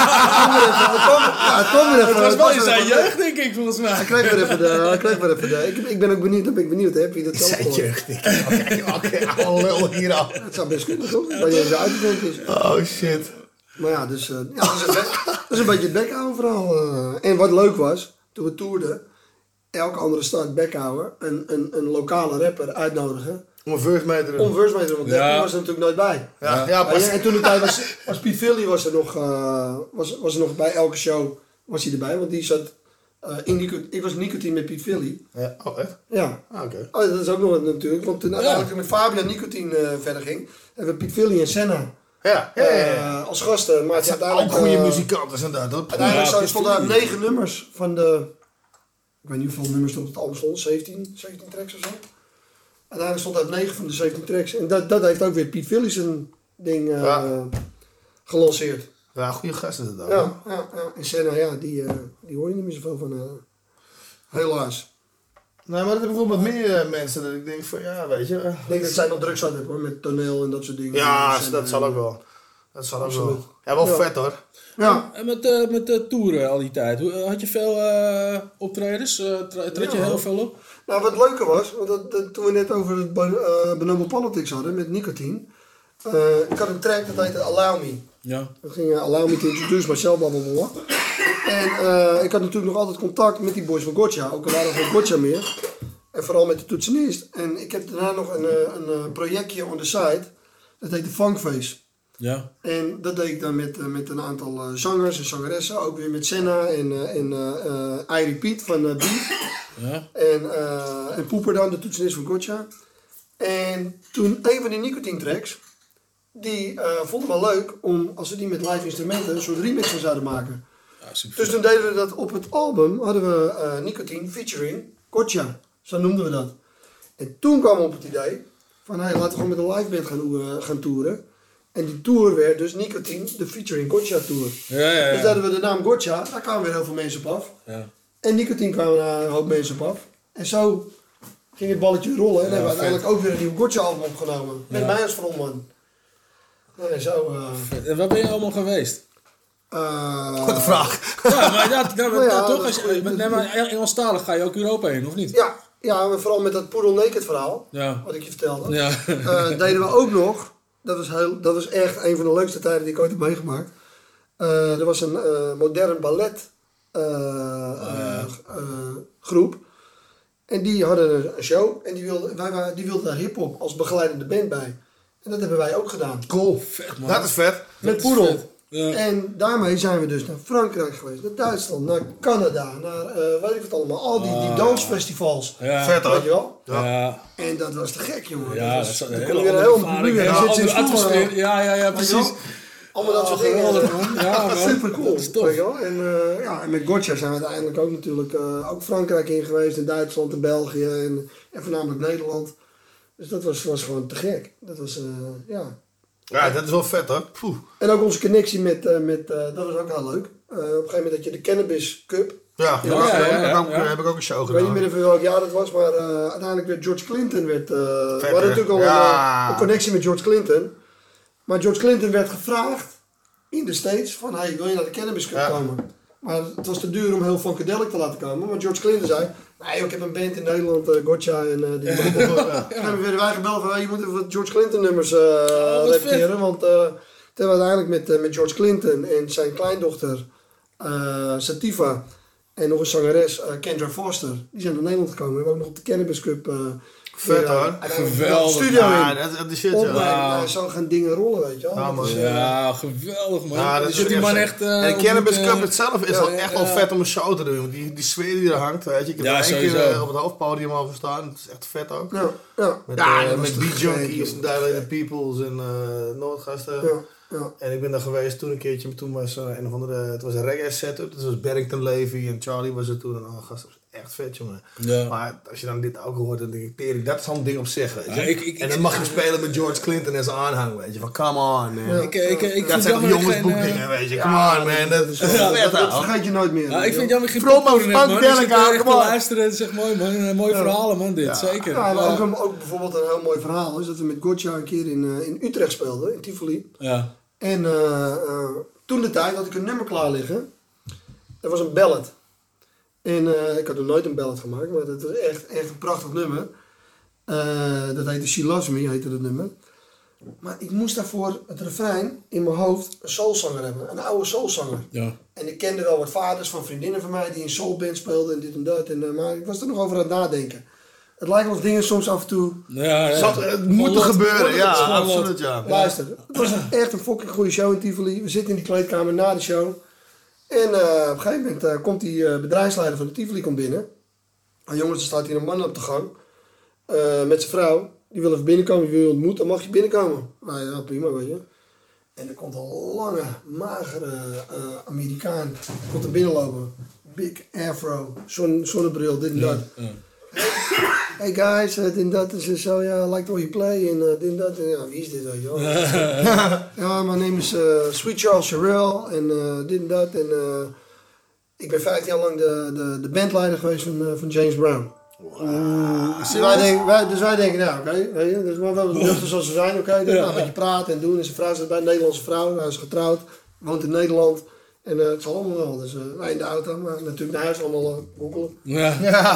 E: Ja, het kwam weer even.
C: Het was wel in
E: weer
C: zijn
E: even-
C: jeugd, denk ik, volgens mij.
E: Hij kreeg weer even de... Hij kreeg weer even de... Ik, ik ben ook benieuwd, dan ben ik benieuwd, hè, wie dat zelf
D: Zijn
E: hoort.
D: jeugd. Oké, oké, oude lul hier al.
E: Het zou best kunnen, toch? Dat je zo uitgevend is.
D: Oh shit.
E: Maar ja, dus... Uh, ja, dat, is een, be- dat is een beetje het backhouden verhaal. Uh. En wat leuk was, toen we toerden, elke andere start backhouden, een, een, een lokale rapper uitnodigen.
D: Om een verse mee te doen.
E: Om verse mee te doen, want
C: Ja.
E: die was er natuurlijk nooit bij.
D: Ja, ja,
E: En,
D: pas.
E: en toen de tijd was, was Piet Philly was er nog, uh, was, was er nog bij elke show was hij erbij, want die zat uh, in Nico, ik was nicotine met Piet Philly.
D: Ja, oh echt?
E: Ja.
D: Ah, oké.
E: Oh, dat is ook nog wat natuurlijk, want toen uiteindelijk met Fabian Nicotine uh, verder ging, hebben we Piet Philly en Senna
D: Ja, ja, ja. ja.
E: uh, als gasten. Maar het
D: Het
E: is
D: zijn ook
E: uiteindelijk
D: goede
E: uh,
D: muzikanten zijn dat, hoor.
E: uiteindelijk
C: Ja,
E: zo- stonden er
C: Piet Philly.
E: negen nummers van de, ik weet niet hoeveel nummers er op het album stonden, zeventien, zeventien tracks of zo. Uiteindelijk stond uit negen van de zeventien tracks. En dat, dat heeft ook weer Piet Philly zijn ding uh,
D: Ja.
E: gelanceerd.
D: Ja, goede gasten is dat ook.
E: Ja, ja, ja. En Senna, ja, die, uh, die hoor je niet meer zoveel van. Uh, helaas.
D: Nee, maar er zijn bijvoorbeeld meer uh, mensen dat ik denk van, ja, weet je. uh,
E: Ik denk dat zij nog drugs aan hebben hoor, met toneel en dat soort dingen.
D: Ja,
E: En,
D: dat
E: uh,
D: zal ook wel. Dat zal ook
E: Absoluut.
D: wel. Ja, wel
E: Ja.
D: vet hoor.
E: Ja,
C: En met, uh, met de toeren al die tijd, Hoe- had je veel uh, optredens? Uh, tra- Trad je
E: Ja.
C: heel veel op?
E: nou wat leuker was, want dat, dat, toen we net over het uh, Benoble Politics hadden met Nicotine. Uh, ik had een track dat heette Allow Me.
C: Ja.
E: Dat ging uh, Allow Me to Introduce Myself, blablabla. En uh, ik had natuurlijk nog altijd contact met die boys van Gotcha, ook al waren er geen Gotcha meer. En vooral met de toetsenist. En ik heb daarna nog een, uh, een uh, projectje on the side, dat heette Funkface.
C: Ja.
E: En dat deed ik dan met, uh, met een aantal uh, zangers en zangeressen, ook weer met Senna en, uh, en uh, uh, I Repeat van uh, Beef.
C: Ja.
E: En, uh, en Poeper dan, de toetsenist van Gotcha. En toen een van die Nicotine tracks, die uh, vond ik wel leuk om, als we die met live instrumenten, een soort remix van zouden maken.
C: Ja, super.
E: Dus toen deden we dat op het album, hadden we uh, Nicotine featuring Gotcha. Zo noemden we dat. En toen kwam we op het idee van, hey, laten we gewoon met een live band gaan, uh, gaan toeren. En die tour werd dus Nicotine, de featuring Gotcha tour.
C: Ja, ja,
E: Dus
C: ja.
E: daar hadden we de naam Gotcha, daar kwamen weer heel veel mensen op af.
C: Ja.
E: En Nicotine kwamen daar een hoop mensen op af. En zo ging het balletje rollen. En
C: Ja,
E: hebben we uiteindelijk
C: vet.
E: ook weer een nieuw Gotcha album opgenomen. Met
C: Ja.
E: mij als frontman. En zo... Uh,
C: En waar ben je allemaal geweest?
E: uh,
D: Goede vraag.
C: Ja, maar ja, ja, maar
E: Nou ja,
C: toch,
E: dat
C: als
E: is
C: je,
E: goed.
C: met, nee, maar Engelstalig ga je ook Europa heen, of niet?
E: ja, ja, maar vooral met dat Poodle Naked verhaal,
C: Ja.
E: wat ik je vertelde.
C: Ja.
E: Uh, deden we ook nog, dat was, heel, dat was echt een van de leukste tijden die ik ooit heb meegemaakt. Uh, er was een uh, modern ballet uh, uh, uh, groep. En die hadden een show en die wilden, wij, waren- die wilden daar hip-hop als begeleidende band bij. En dat hebben wij ook gedaan.
D: Cool.
C: Vet, man.
D: Dat is vet.
E: Met
C: Dat is
E: Poedel.
C: vet. Ja.
E: En daarmee zijn we dus naar Frankrijk geweest, naar Duitsland, naar Canada, naar uh, weet ik wat allemaal. Al die, die
C: Ah.
E: dansfestivals.
C: Ja.
D: Vet
E: Weet je
D: hoor.
E: wel?
C: Ja.
E: En dat was te gek, jongen.
C: Ja,
E: dat
C: dat is
E: was,
C: een
E: dan
C: hele
E: kon je weer
C: andere
E: helemaal
C: ervaring.
E: publiek.
C: Ja,
E: Je zit in
C: andere
E: stoel,
C: atmosfeer.
E: uh,
C: Ja, ja, ja,
E: weet je
C: precies.
E: wel? Allemaal dat soort
C: Oh,
E: dingen.
C: geweldig, man. Ja, man.
E: Super cool.
C: Dat is tof.
E: Weet je wel? En, uh, ja, en met Gotcha zijn we uiteindelijk ook natuurlijk uh, ook Frankrijk in geweest, in Duitsland en België en, en voornamelijk Nederland. Dus dat was, was gewoon te gek. Dat was, uh, ja.
D: Ja, dat is wel vet hoor. Poeh.
E: En ook onze connectie met, uh, met uh, dat was ook heel leuk. Uh, op een gegeven moment had je de Cannabis Cup.
D: Ja,
C: Ja,
D: ja,
C: ja, ja,
D: heb, ik ook,
C: ja.
D: heb ik ook een show
E: Ik weet niet
D: gedaan.
E: meer van welk jaar dat was, maar uh, uiteindelijk werd George Clinton werd, uh, we
D: Vet,
E: hadden
D: hè?
E: natuurlijk al
D: Ja.
E: een, uh, een connectie met George Clinton. Maar George Clinton werd gevraagd in de States van, hey, wil je naar de Cannabis Cup
D: Ja.
E: komen? Maar het was te duur om heel Funkadelic te laten komen. Maar George Clinton zei, nee joh, ik heb een band in Nederland, uh, Gotcha en uh, die ja. En dan werden wij gebeld van, hey, je moet even wat George Clinton nummers uh,
C: wat
E: repeteren. Want uh, toen we uiteindelijk met, uh, met George Clinton en zijn kleindochter uh, Sativa en nog een zangeres, uh, Kendra Foster, die zijn naar Nederland gekomen. We hebben ook nog op de Cannabis Cup uh,
D: Vet,
E: weer, uh,
D: hoor.
E: uiteindelijk
C: Geweldig.
E: studio
D: Ja,
E: in.
D: dat, dat is shit,
E: Opnemen,
D: ja.
E: nou, zo gaan dingen rollen, weet je wel.
D: Ja,
E: Dat
D: man.
E: is, uh,
C: Ja, geweldig, man.
D: Ja, dat
C: Dus
D: is
C: die
D: echt
C: man
D: zo.
C: echt... uh,
D: En de Cannabis
C: ontmoet,
D: Cup
C: uh,
D: itself is
C: ja,
D: wel
C: ja,
D: echt wel
C: ja.
D: vet om een show te doen. Want die, die sfeer die er hangt, weet je. Ik heb
C: Ja,
D: er één keer
C: sowieso.
D: uh, op het hoofdpodium over staan. Het is echt vet ook.
E: Ja, ja.
D: Met,
E: ja,
D: uh,
E: dat was
D: met
E: te
D: B-Junkies
E: gek,
D: en Dilated Peoples en uh, Noordgasten.
E: joh. Ja, ja.
D: En ik ben daar geweest toen een keertje. Maar toen was uh, een of andere... Het was een reggae setup. Het was Barrington Levy en Charlie was er toen. En oh, gast, dat was echt vet, jongen.
C: Ja.
D: Maar als je dan dit ook hoort, dan denk ik, tering, dat is al een ding op zich, weet je.
C: Ja, ik- ik-
D: en dan mag je spelen met George Clinton en zijn aanhang, weet je. Van, come on, man.
C: Ik, ik, ik, ik
D: dat
C: vind
D: zijn
C: jammer
D: toch
C: dat ik geen,
D: jongensboekdingen,
C: uh,
D: weet je. Come on, man. Dat is
E: Ja,
D: wel
E: dat,
D: vet,
E: dat
D: ouwe.
E: vergeet je nooit meer.
C: Ja, ik vind jammer dat ik geen
D: From
C: popcorn heb,
D: Funk
C: man. Ik zit
D: Delica,
C: daar echt te
D: come on.
C: luisteren en zeg mooi, man. Een mooi verhalen, man, dit. Zeker.
E: Ja, en
C: Ja.
E: ook, een- ook bijvoorbeeld een heel mooi verhaal is dat we met Gotcha een keer in, uh, in Utrecht speelden, in Tivoli.
C: Ja.
E: En uh, uh, toen de tijd had ik een nummer klaar liggen. Dat was een ballad. En uh, ik had nog nooit een ballad gemaakt, maar dat was echt, echt een prachtig nummer. Uh, dat heette She Loves Me, heette dat nummer. Maar ik moest daarvoor het refrein in mijn hoofd een soulzanger hebben. Een oude soulzanger.
C: Ja.
E: En ik kende wel wat vaders van vriendinnen van mij die in soulband speelden en dit en dat. En, uh, maar ik was er nog over aan het nadenken. Het lijkt wel of dingen soms af en toe...
C: Ja, ja.
D: Zat- Het moet er
C: Lot,
D: gebeuren,
C: Lot,
D: ja,
C: het is gewoon Lot.
D: absoluut, ja.
E: Luister, het was echt een fucking goede show in Tivoli. We zitten in die kleedkamer na de show. En uh, op een gegeven moment uh, komt die uh, bedrijfsleider van de Tivoli komt binnen. En jongens, er staat hier een man op de gang. Uh, met zijn vrouw. Die wil even binnenkomen, die wil je ontmoeten. Dan mag je binnenkomen. Nou ja, prima, weet je. En er komt een lange, magere uh, Amerikaan. Komt er binnenlopen. Big afro, zon, zonnebril, dit en dat.
C: Ja.
E: Hey guys, uh, dit en dat is zo, ja, I like the way you play en uh, dit en dat. En, ja, wie is dit, weet je wel? Ja, mijn naam is uh, Sweet Charles Sherrill en uh, dit en dat. En uh, ik ben vijftien jaar lang de, de, de bandleider geweest van, uh, van James Brown. Dus wij, denken, wij, dus wij denken, nou oké, okay, dus maar wel nuchter zoals ze zijn, oké. Okay, nou, een beetje praten en doen. En zijn vrouw zit bij een Nederlandse vrouw, hij is getrouwd, woont in Nederland. En uh, het zal allemaal wel, dus uh, wij in de auto, maar natuurlijk naar huis allemaal uh, googelen.
C: Ja.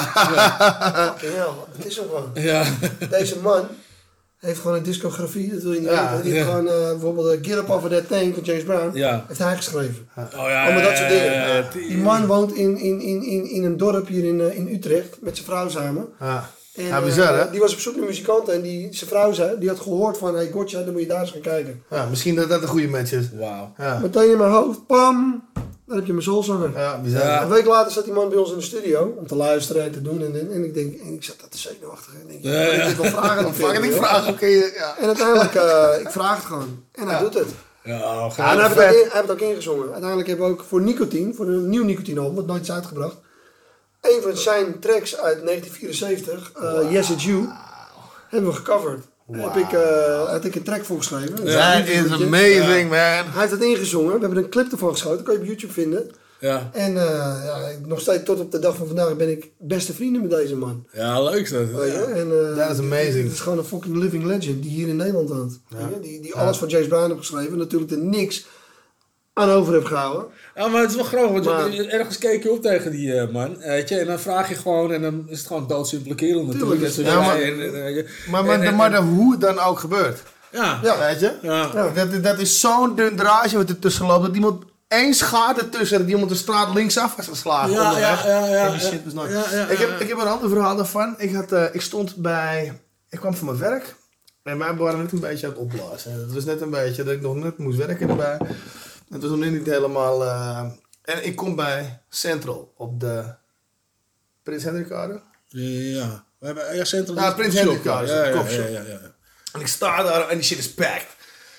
E: Fucking hell, het is ook gewoon.
C: Ja.
E: Deze man heeft gewoon een discografie, dat wil je niet
D: Ja,
E: weten. Die heeft
C: ja.
E: gewoon uh, bijvoorbeeld uh, Get Up Over That Thing van James Brown,
C: Ja.
E: heeft hij geschreven.
C: Oh ja,
E: Allemaal dat soort
C: ja,
E: dingen.
C: ja, ja, ja.
E: Die man woont in, in, in, in, in een dorp hier in, uh, in Utrecht met zijn vrouw samen.
D: Ja,
E: En,
D: ja bizar,
E: uh,
D: hè?
E: die was op zoek naar muzikanten en die, zijn vrouw zei, die had gehoord van, hey Gotcha, dan moet je daar eens gaan kijken.
D: Ja, misschien dat dat een goede match is.
C: Wauw.
D: Ja,
E: Meteen in mijn hoofd, pam, dan heb je mijn soulzanger.
D: ja bizar.
C: Ja.
E: Een week later zat die man bij ons in de studio om te luisteren en te doen. En, en, en ik denk, en ik zat dat te zenuwachtig. En ik denk,
C: Ja, ja.
E: ik dit wel vragen.
D: Dan vraag ik die vraag, oké. Ja.
E: En uiteindelijk, uh, ik vraag het gewoon. En hij
D: Ja.
E: doet het.
C: Ja,
E: Ja,
C: gaaf.
E: en hij heeft, het
D: vet.
E: ook in, hij heeft het ook ingezongen. Uiteindelijk hebben we ook voor Nicotine, voor een nieuw Nicotine album, wat nooit is uitgebracht. Een van zijn tracks uit negentien vierenzeventig, uh, wow. Yes It's You, hebben we gecoverd. Wow. Heb ik, uh, had ik een track voor geschreven.
D: Dat is amazing, man.
E: Hij heeft het ingezongen. We hebben een clip ervan geschoten. kan je op YouTube vinden.
C: Ja.
E: En uh, ja, nog steeds tot op de dag van vandaag ben ik beste vrienden met deze man.
C: Ja, leuk is dat.
E: Weet je? En, uh,
D: Dat is amazing.
E: Het is gewoon een fucking living legend die hier in Nederland woont. Ja. Die, die alles van James Brown heeft geschreven. En natuurlijk er niks aan over heeft gehouden.
C: Ja, maar het is wel grappig, want
E: Maar-
C: je- ergens keek je op tegen die uh, man, weet je, en dan vraag je gewoon, en dan is het gewoon doodsimpele kerel natuurlijk.
E: Tuurlijk,
C: net
E: dus-
C: zoals
D: ja,
C: jij
D: maar-
C: en- en- en-
D: Maar, maar,
C: en-
D: de,
C: en-
D: maar de hoe het dan ook gebeurt.
C: Ja,
E: Ja.
D: Weet je?
C: ja.
E: Ja.
D: Dat, dat is zo'n dun draadje wat er tussen loopt. Dat iemand één schaat ertussen. Dat iemand de straat linksaf was geslagen.
C: Ja,
D: onderweg.
C: ja, ja, ja,
D: En die
C: ja.
D: shit was nooit.
C: Ja, ja,
D: ik, heb,
C: ja.
D: ik heb een ander verhaal daarvan. Ik, had, uh, ik stond bij... Ik kwam van mijn werk. En wij waren net een beetje aan het opblazen. Het was net een beetje dat ik nog net moest werken erbij. Het was nog net niet helemaal... Uh, en ik kom bij Central op de Prins Hendrikkade.
C: Ja, we hebben ja, Centrum.
D: Ja, Prins Hendrikkade is
C: ja,
D: een
C: ja,
D: koffieshop.
C: ja, ja, ja.
D: En ik sta daar en die shit is packed.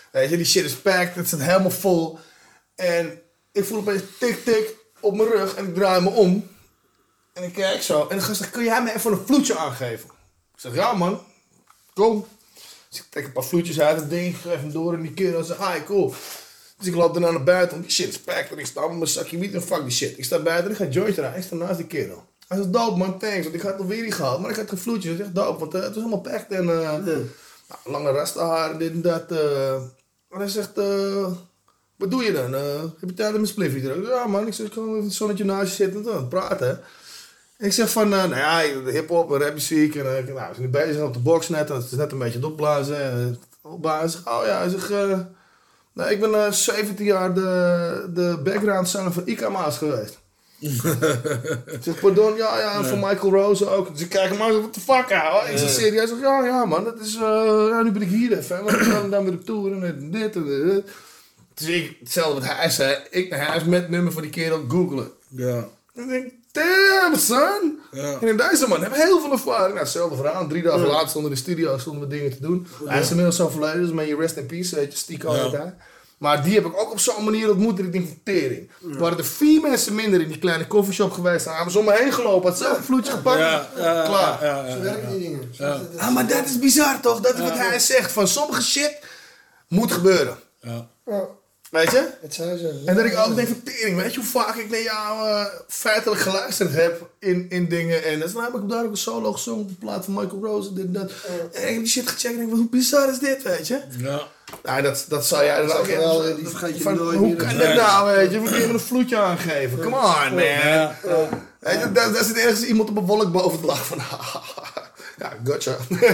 D: Weet je, die shit is packed, het zit helemaal vol. En ik voel opeens tik tik op mijn rug en ik draai me om. En ik kijk zo. En de gast zegt, kun jij me even een vloedje aangeven? Ik zeg, ja man, kom. Dus ik trek een paar vloedjes uit het ding, geef hem door in die kerel en zeg, ah cool. Dus ik loop daarna naar buiten, want die shit is packed. En ik sta met mijn zakje wiet en fuck die shit. Ik sta buiten en ik ga joint eraan. Ik sta naast die kerel. Hij zegt, dope man, thanks. Want ik had het alweer niet gehad, maar ik had geen vloedjes. Hij zegt, dope, want uh, het was helemaal packed. En uh, ja. nou, lange rastenhaar, dit en dat. Uh. En hij zegt, uh, wat doe je dan? Uh, heb je tijd om een spliffie te roken? Ja man, ik zeg, ik kan even het zonnetje naast je zitten en dan praten. En ik zeg van, uh, nou ja, de hip-hop en rapmuziek. En uh, nou, we zijn nu bezig op de box net. En het is net een beetje het opblazen. En opblazen. Hij zegt, oh ja, hij zegt, uh, nou, ik ben uh, zeventien jaar de, de background zanger van Ika Maas geweest. Ik zeg, pardon, ja, ja, en van Michael Rose ook. Dus ik kijk hem aan, what the fuck, ouwe? Ik zeg, serieus? Hij zegt, ja, ja, man, dat is, uh, ja, nu ben ik hier even. Want dan, dan weer op tour en dit en dit. Dus ik, hetzelfde wat hij zei, ik naar huis met het nummer van die kerel googelen.
C: Ja.
D: En ik denk, damn, son.
C: Ja.
D: En deze man heeft heel veel ervaring. Nou, hetzelfde verhaal. Drie dagen ja. later stonden in de studio stonden we dingen te doen. Ja. Hij is inmiddels zo verleden, dus met je rest in peace, weet je, Stico en daar. Maar die heb ik ook op zo'n manier ontmoet dat ik denk van tering. Ja. Er waren er vier mensen minder in die kleine coffeeshop geweest. Dan hebben ze om me heen gelopen, had zelf een vloedje gepakt. Ja, ja, klaar.
E: Ja, ja, ja, Zo werken die dingen.
D: Ja. Ah, maar dat is bizar toch? Dat is wat hij zegt. Van sommige shit moet gebeuren.
C: Ja.
E: Ja.
D: Weet je?
E: Het zijn ze.
D: En dat ik ook denk van tering, weet je hoe vaak ik naar jou uh, feitelijk geluisterd heb in, in dingen. En dan heb ik daar ook een solo gezongen op de plaat van Michael Rose. Dit en dat. Ja. En ik heb die shit gecheckt en ik denk, hoe bizar is dit, weet je?
C: Ja.
D: Nou, dat, dat zou jij dan ook
E: wel, die vergeet je
D: van,
E: nooit
D: hoe
E: meer.
D: kan dat nou, weet je? Moet je even een vloedje aangeven? Come on, man.
C: Ja.
D: Ja. Weet je, daar, daar zit ergens iemand op een wolk boven het lachen van, ja, gotcha.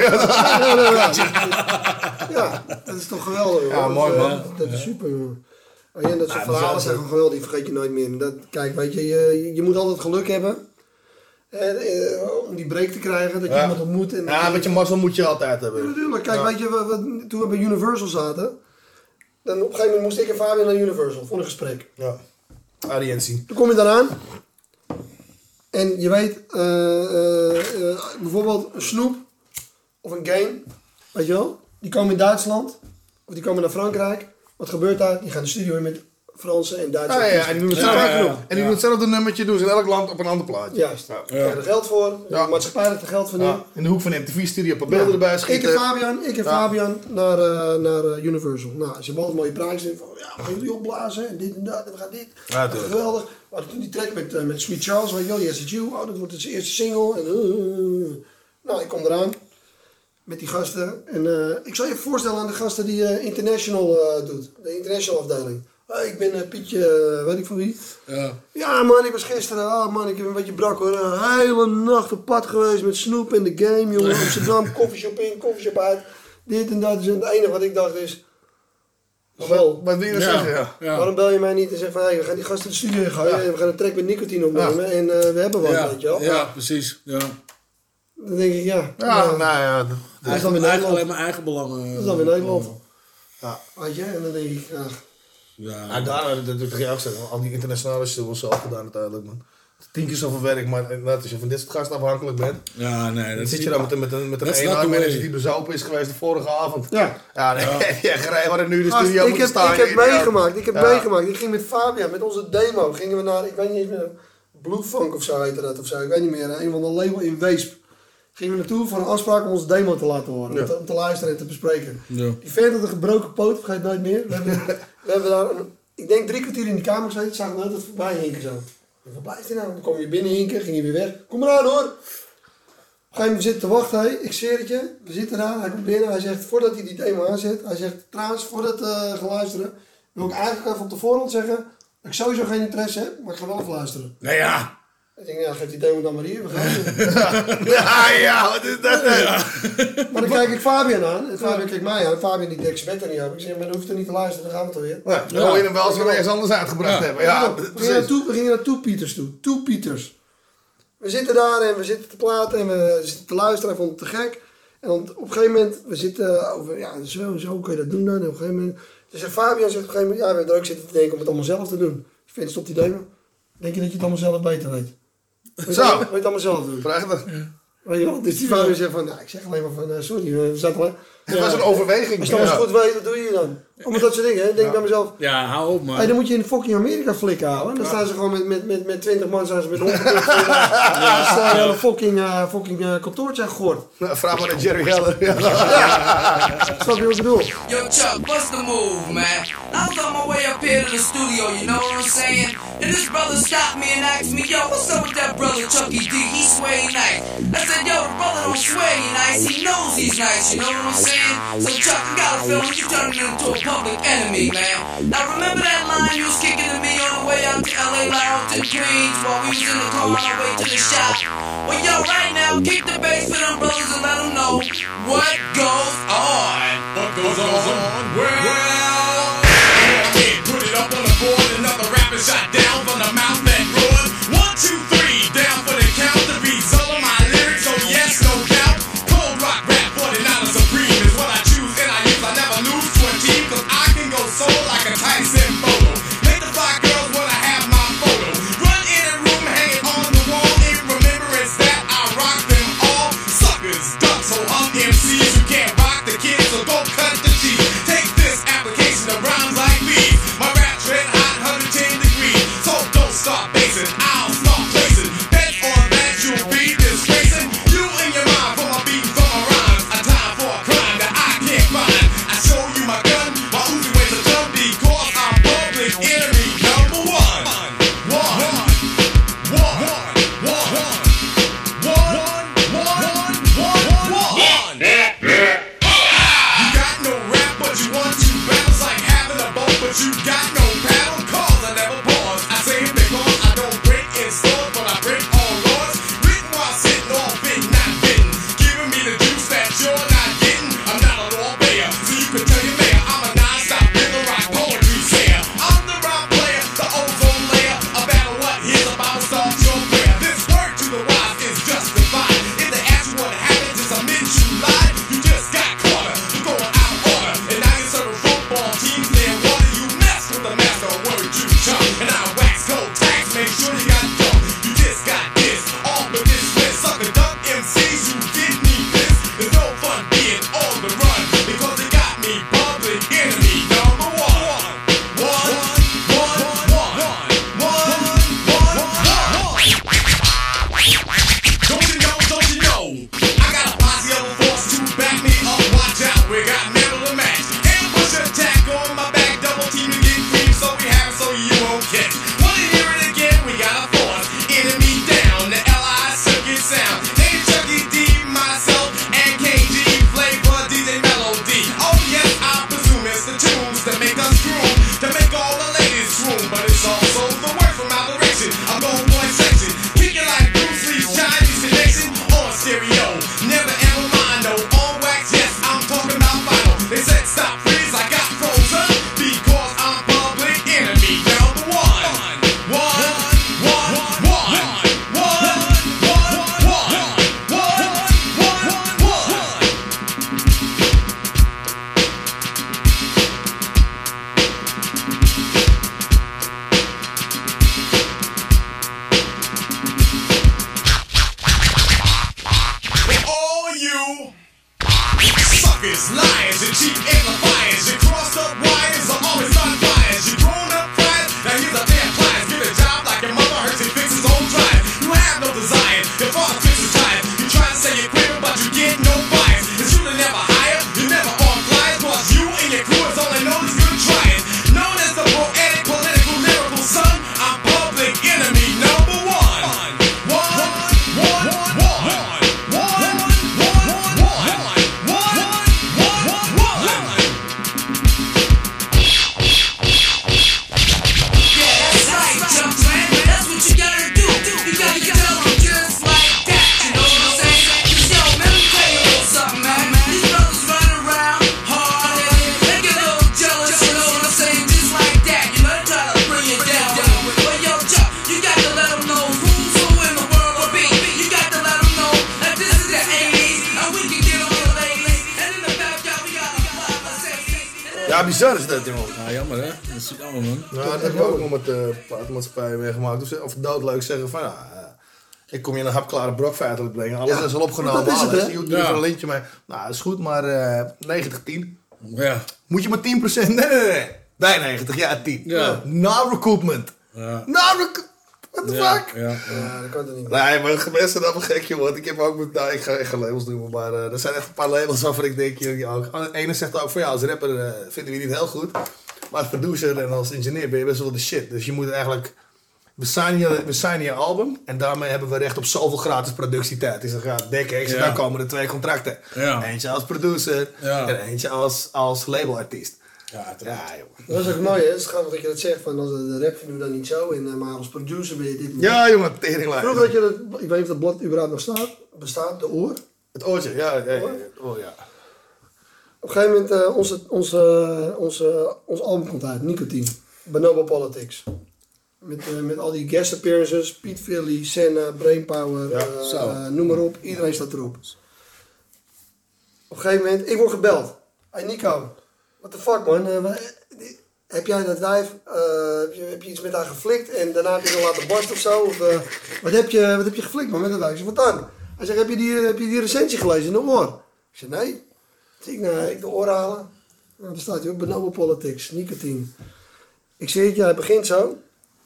E: Ja, dat is toch geweldig, hoor.
D: Ja, mooi man.
E: Dat, dat is super, jongen. Oh, ja, dat soort ja, verhalen zijn gewoon geweldig, die vergeet je nooit meer. Dat, kijk, weet je, je, je moet altijd geluk hebben. En, eh, om die break te krijgen, dat je ja. iemand ontmoet. En
D: ja, met je mazzel moet je altijd hebben.
E: Ja, natuurlijk. Kijk, ja. weet je, we, we, toen we bij Universal zaten, dan op een gegeven moment moest ik en Fabian naar Universal voor een gesprek.
D: Ja, audiëntie.
E: Toen kom je daaraan. En je weet, uh, uh, uh, bijvoorbeeld een Snoep of een Game, weet je wel, die komen in Duitsland of die komen naar Frankrijk. Wat gebeurt daar? Die gaan de studio in met Franse en Duitse.
D: Ah, ja, en die doen hetzelfde, ja, ja, ja. En die doen hetzelfde nummertje, doen ze in elk land op een ander plaatje.
E: Juist. Ja. Daar krijg je er geld voor, ja. de maatschappij heeft er geld voor. Ja.
D: In de hoek van de M T V-studio een paar beelden ja. erbij schieten.
E: Ik en Fabian, ik en ja. Fabian naar, uh, naar uh, Universal. Nou, ze hebben altijd mooie prijzen. Van, ja, we gaan jullie opblazen en dit en dat en we gaan dit. Ja, geweldig. We hadden toen die track met, uh, met Sweet Charles, weet je wel, Yes It's You. Oh, dat wordt zijn eerste single. En, uh, nou, ik kom eraan. Met die gasten. En uh, ik zal je even voorstellen aan de gasten die uh, International uh, doet. De International afdeling. Uh, ik ben uh, Pietje, uh, weet ik van wie. Ja. Ja man, ik was gisteren, oh man, ik heb een beetje brak hoor. Een hele nacht op pad geweest met Snoep en de Game, jongen. Amsterdam, koffieshop in, koffieshop uit. Dit en dat. Dus het enige wat ik dacht is... Wel,
D: wat wil je nou ja. zeggen? Ja.
E: Ja. Waarom bel je mij niet en zeg van, hey, we gaan die gasten de studio in gooien. Ja. We gaan een track met nicotine opnemen ja. en uh, we hebben wat,
C: ja.
E: weet je wel.
C: Ja, ja, precies. Ja.
E: Dan denk ik, ja.
D: Ja, ja. nou ja. Dat,
E: dat is dan weer Nederland.
C: Alleen mijn eigen belangen.
E: Dat is dan weer Nederland. Ja. Weet je, en dan denk ik, ja.
D: Ja, ja daar, dat doe ik ook zeggen. Al die internationale shit was zelf gedaan uiteindelijk, man. Tien keer zoveel werk, maar inderdaad, als je van dit soort gasten afhankelijk bent.
C: Ja, nee. Dat
D: dan zit je dan met, met, met een, met een eenmaal-manager die bezopen is geweest de vorige avond.
E: Ja.
D: Ja, nee, ja. ja gereden waar nu de studio Gast,
E: moet staan. Ik heb meegemaakt, ik heb
D: ja.
E: meegemaakt. Ik ging met Fabian, met onze demo, gingen we naar, ik weet niet eens meer, Bluefunk of zo heette dat of zo, ik weet niet meer. Een van de label in Weesp. Gingen we naartoe voor een afspraak om onze demo te laten horen. Ja. Om, te, om te luisteren en te bespreken. Ja. Die vent had een gebroken poot, vergeet nooit meer. We hebben, we hebben daar, een, ik denk drie kwartier in die kamer gezeten, zagen we altijd voorbij hinken zo. Wat blijft hij nou? Dan kom je binnen hinken, ging hij weer weg. Kom maar aan hoor! Op een gegeven moment zitten te wachten, hey, ik zweer het je. We zitten daar, hij komt binnen, hij zegt, voordat hij die demo aanzet, hij zegt, trouwens, voordat we uh, gaan luisteren, wil ik eigenlijk even op de voorhand zeggen, dat ik sowieso geen interesse heb, maar ik ga wel even luisteren.
C: Nou ja.
E: Ik denk, ja, geef die demo dan maar hier, we gaan.
D: ja, ja, wat is dat nou? Ja.
E: Maar dan kijk ik Fabian aan, en Fabian kijkt mij aan. Fabian die denkt, ze bent er niet over. Ik zeg, maar dan hoeft er niet te luisteren, dan gaan we het alweer.
D: Ja, dan wil je hem wel eens ergens anders uitgebracht ja. hebben. Ja,
E: we, gingen naartoe, we gingen naar Two Peters toe, Two Peters. We zitten daar en we zitten te praten en we zitten te luisteren, hij vond het te gek. En op een gegeven moment, we zitten over, ja, zo, zo kun je dat doen dan. En op een gegeven moment, dus Fabian zegt op een gegeven moment, ja, we hebben er ook zitten te denken om het allemaal zelf te doen. Dus vind je, stop die demo. Denk je dat je het allemaal zelf beter weet? Weet je,
D: Zo.
E: Wil je het allemaal zelf doen?
D: Vraag het.
E: Ja. Weet je wel? Dus die vader zegt van, nou, ik zeg alleen maar van, uh, sorry, we zaten alleen...
D: Het was een overweging.
E: Als je dan eens
D: Ja.
E: goed weet, wat doe je dan? Allemaal dat soort dingen. hè. Ik denk bij mezelf,
C: Ja, hou op man.
E: hey, dan moet je in fucking Amerika flikken houden. Dan staan ze gewoon met, met, met, met twintig man zijn ze met honderd. Ja, staan een hele fucking, uh, fucking uh, kantoortje aan gegooid.
D: Nou, vraag maar naar Jerry Heller. Ja.
E: Snap je wat ik bedoel?
G: Yo, Chuck, what's the move, man? I was on my way up here to the studio, you know what I'm saying? And this brother stopped me and asked me, yo, what's up with that brother Chucky D? He sway nice. I said, yo, the brother don't sway nice. He knows he's nice, you know what I'm saying? So, Chuck, I got a feeling you turning into a public enemy, man. Now, remember that line you was kicking to me on the way out to L A Lounge and Queens while we was in the car on our way to the shop? Well, yo, right now, kick the bass for them brothers and let them know what goes on.
H: What goes on? Well, yeah, put it up on the board. Another rapper shot down from the mouth that roared. One, two, three, down for the count. The beats all of my lyrics, oh yes, no doubt. Cold rock rap, forty-nine supreme is what I choose and I use. I never lose to a team, cause I can go solo like a Tyson photo. Make the fly girls wanna have my photo. Run in a room, hang it on the wall in remembrance that I rock them all. Suckers, ducks, so I'm M Cs who can't rock the kids, so don't cut the cheese. Take this application of rhymes like these. My rap red hot, one hundred ten degrees. So don't start basing, I'll start placing. Bet on that you'll be disgracing. You in your mind for my beat, for my rhymes. A time for a crime that I can't find. I show you my gun, my Uzi weighs a ton because I'm public enemy number one. One, one, one, one, one, one, one, one. You got no rap, but you want to bounce like having a boat, but you got no paddle. Cause I never pause. I say it because I don't break in stores, but I break all laws. Written while sitting all fit, not bitten. Giving me the juice that you're not getting. I'm not a law payer, so you can tell your mayor I'm a non-stop rhythm rock poetry sayer. I'm the rock player, the ozone layer. A battle what here's about start your prayer. This word to the wise is justified. If they ask you what happened, just admit you lied. You just got caught. You're going out of order, and now you're serving football teams playing water. You mess with the master word you chunk, and I wax cold tax. Make sure you got dump. You just got this. All but this list, sucker duck M Cs. You get me this. There's no fun being on the run because they got me public enemy number one. One, one, one, one, one, one. Don't you know? Don't you know? I got a posse of a force to back me up. Watch out, we got metal to match. Ambush attack on my back, double team to get cream, so we have it so you won't catch. Wanna hear it again? We got a force. Enemy down, the L I circuit sound. Hey, Chucky D, myself, and K G flavor D J Melody. Oh yes, I presume it's the tunes that make us groom, to make all the ladies swoon. But it's also the word from moderation. I'm going one section, kicking like Bruce Lee's Chinese connection on stereo. Never ever mind, no on wax. Yes, I'm talking about vinyl. They said stop, please. I got frozen because I'm public enemy number one. One, one, one, one, one, one, one, one, one, one. For all you suckers, liars, and cheap amplifiers, you crossed up wires are always on fires. You grown up prize, now here's a damn pliers. Get a job like your mother hurts and fix his own drive. You have no desire, your father fixes tires. You try to say you're quicker, but you get no bias. It's you that never hire, you never on flyers. Cause you and your crew is only known as good trying. Known as the poetic, political, lyrical son, I'm public enemy number one. One, one, one, one, one, one, one, one, one, one. Yeah, that's right, jump man. That's what you gotta do. You gotta tell them just like that. You know what I'm saying? 'Cause yo, man, let me tell you a little something, man. These brothers running around hard headed, they get a little jealous. You know what I'm saying? Just like that. You know they try to bring you down. But yo, Chuck, you got to let them know who's who in the world will be. You got to let them know that this is the eighties and we can get on the ladies. And in the backyard we got a fly Mercedes.
D: Ja, bizar is dat, jongen.
C: Ja, jammer hè. Dat is jammer man.
D: Nou, dat heb ik ook nog met de platenmaatschappij meegemaakt. Of, of doodleuk zeggen van, ja, Ik kom je een hapklare brok feitelijk brengen. Alles
E: Ja,
D: is al opgenomen.
E: dat is het,
D: alles.
E: hè?
D: Je doet
C: Ja.
D: er een lintje mee. Nou, dat is goed, maar uh, negentig tien.
C: Ja.
D: Moet je maar tien procent... Nee, nee, nee. Bij negentig, ja, tien.
C: Ja.
D: Na recoupment.
C: Ja.
D: Na recoupment. What the
C: Ja,
D: fuck?
C: ja, ja.
E: Ja, dat kan er niet.
D: Nee, maar mensen zijn allemaal gek, joh. Want ik heb ook met... Nou, ik ga echt geen labels noemen, maar uh, er zijn echt een paar labels waarvan ik denk... Jullie ook. De ene zegt ook van ja, als rapper uh, vinden we je niet heel goed. Maar als producer en als engineer ben je best wel de shit. Dus je moet eigenlijk... We signen je, we signen je album en daarmee hebben we recht op zoveel gratis productietijd. Dus dan gaat dekken, ik zeg,
C: Ja.
D: dan komen er twee contracten.
C: Ja.
D: Eentje als producer
C: Ja.
D: en eentje als, als labelartiest.
C: Ja, uiteraard.
D: Ja, joh.
E: Dat is ook mooi, hè? Het is grappig dat je dat zegt, van als de rap vinden we dan niet zo, en, uh, maar als producer ben je dit niet.
D: Ja, jongen, teringlijn.
E: Vroeger dat je dat, ik weet niet of dat blad überhaupt nog staat, bestaat, de oor.
D: Het oortje, ja. ja, ja, ja. Oh, ja.
E: Op een gegeven moment, uh, onze, onze, onze, ons album komt uit, Nicotine, Bonobo Politics. Met, uh, met al die guest appearances, Piet Philly, Senna, Brainpower,
D: Ja,
E: uh,
C: zo.
E: uh, noem maar op, iedereen staat erop. Op een gegeven moment, ik word gebeld. Hey Nico, what the fuck man, uh, wa- heb jij dat wijf, uh, heb, je, heb je iets met haar geflikt en daarna heb je haar laten barsten of zo? Of, uh, wat, heb je, wat heb je geflikt man met dat wijf? Ik zeg, wat dan? Hij zegt, heb je die, heb je die recensie gelezen in de oor? Ik zeg, nee. Dus ik, nou, ik de oor halen. Nou, daar staat hij op, Bonobo Politics, Nicotine. Ik zeg het, ja, hij begint zo.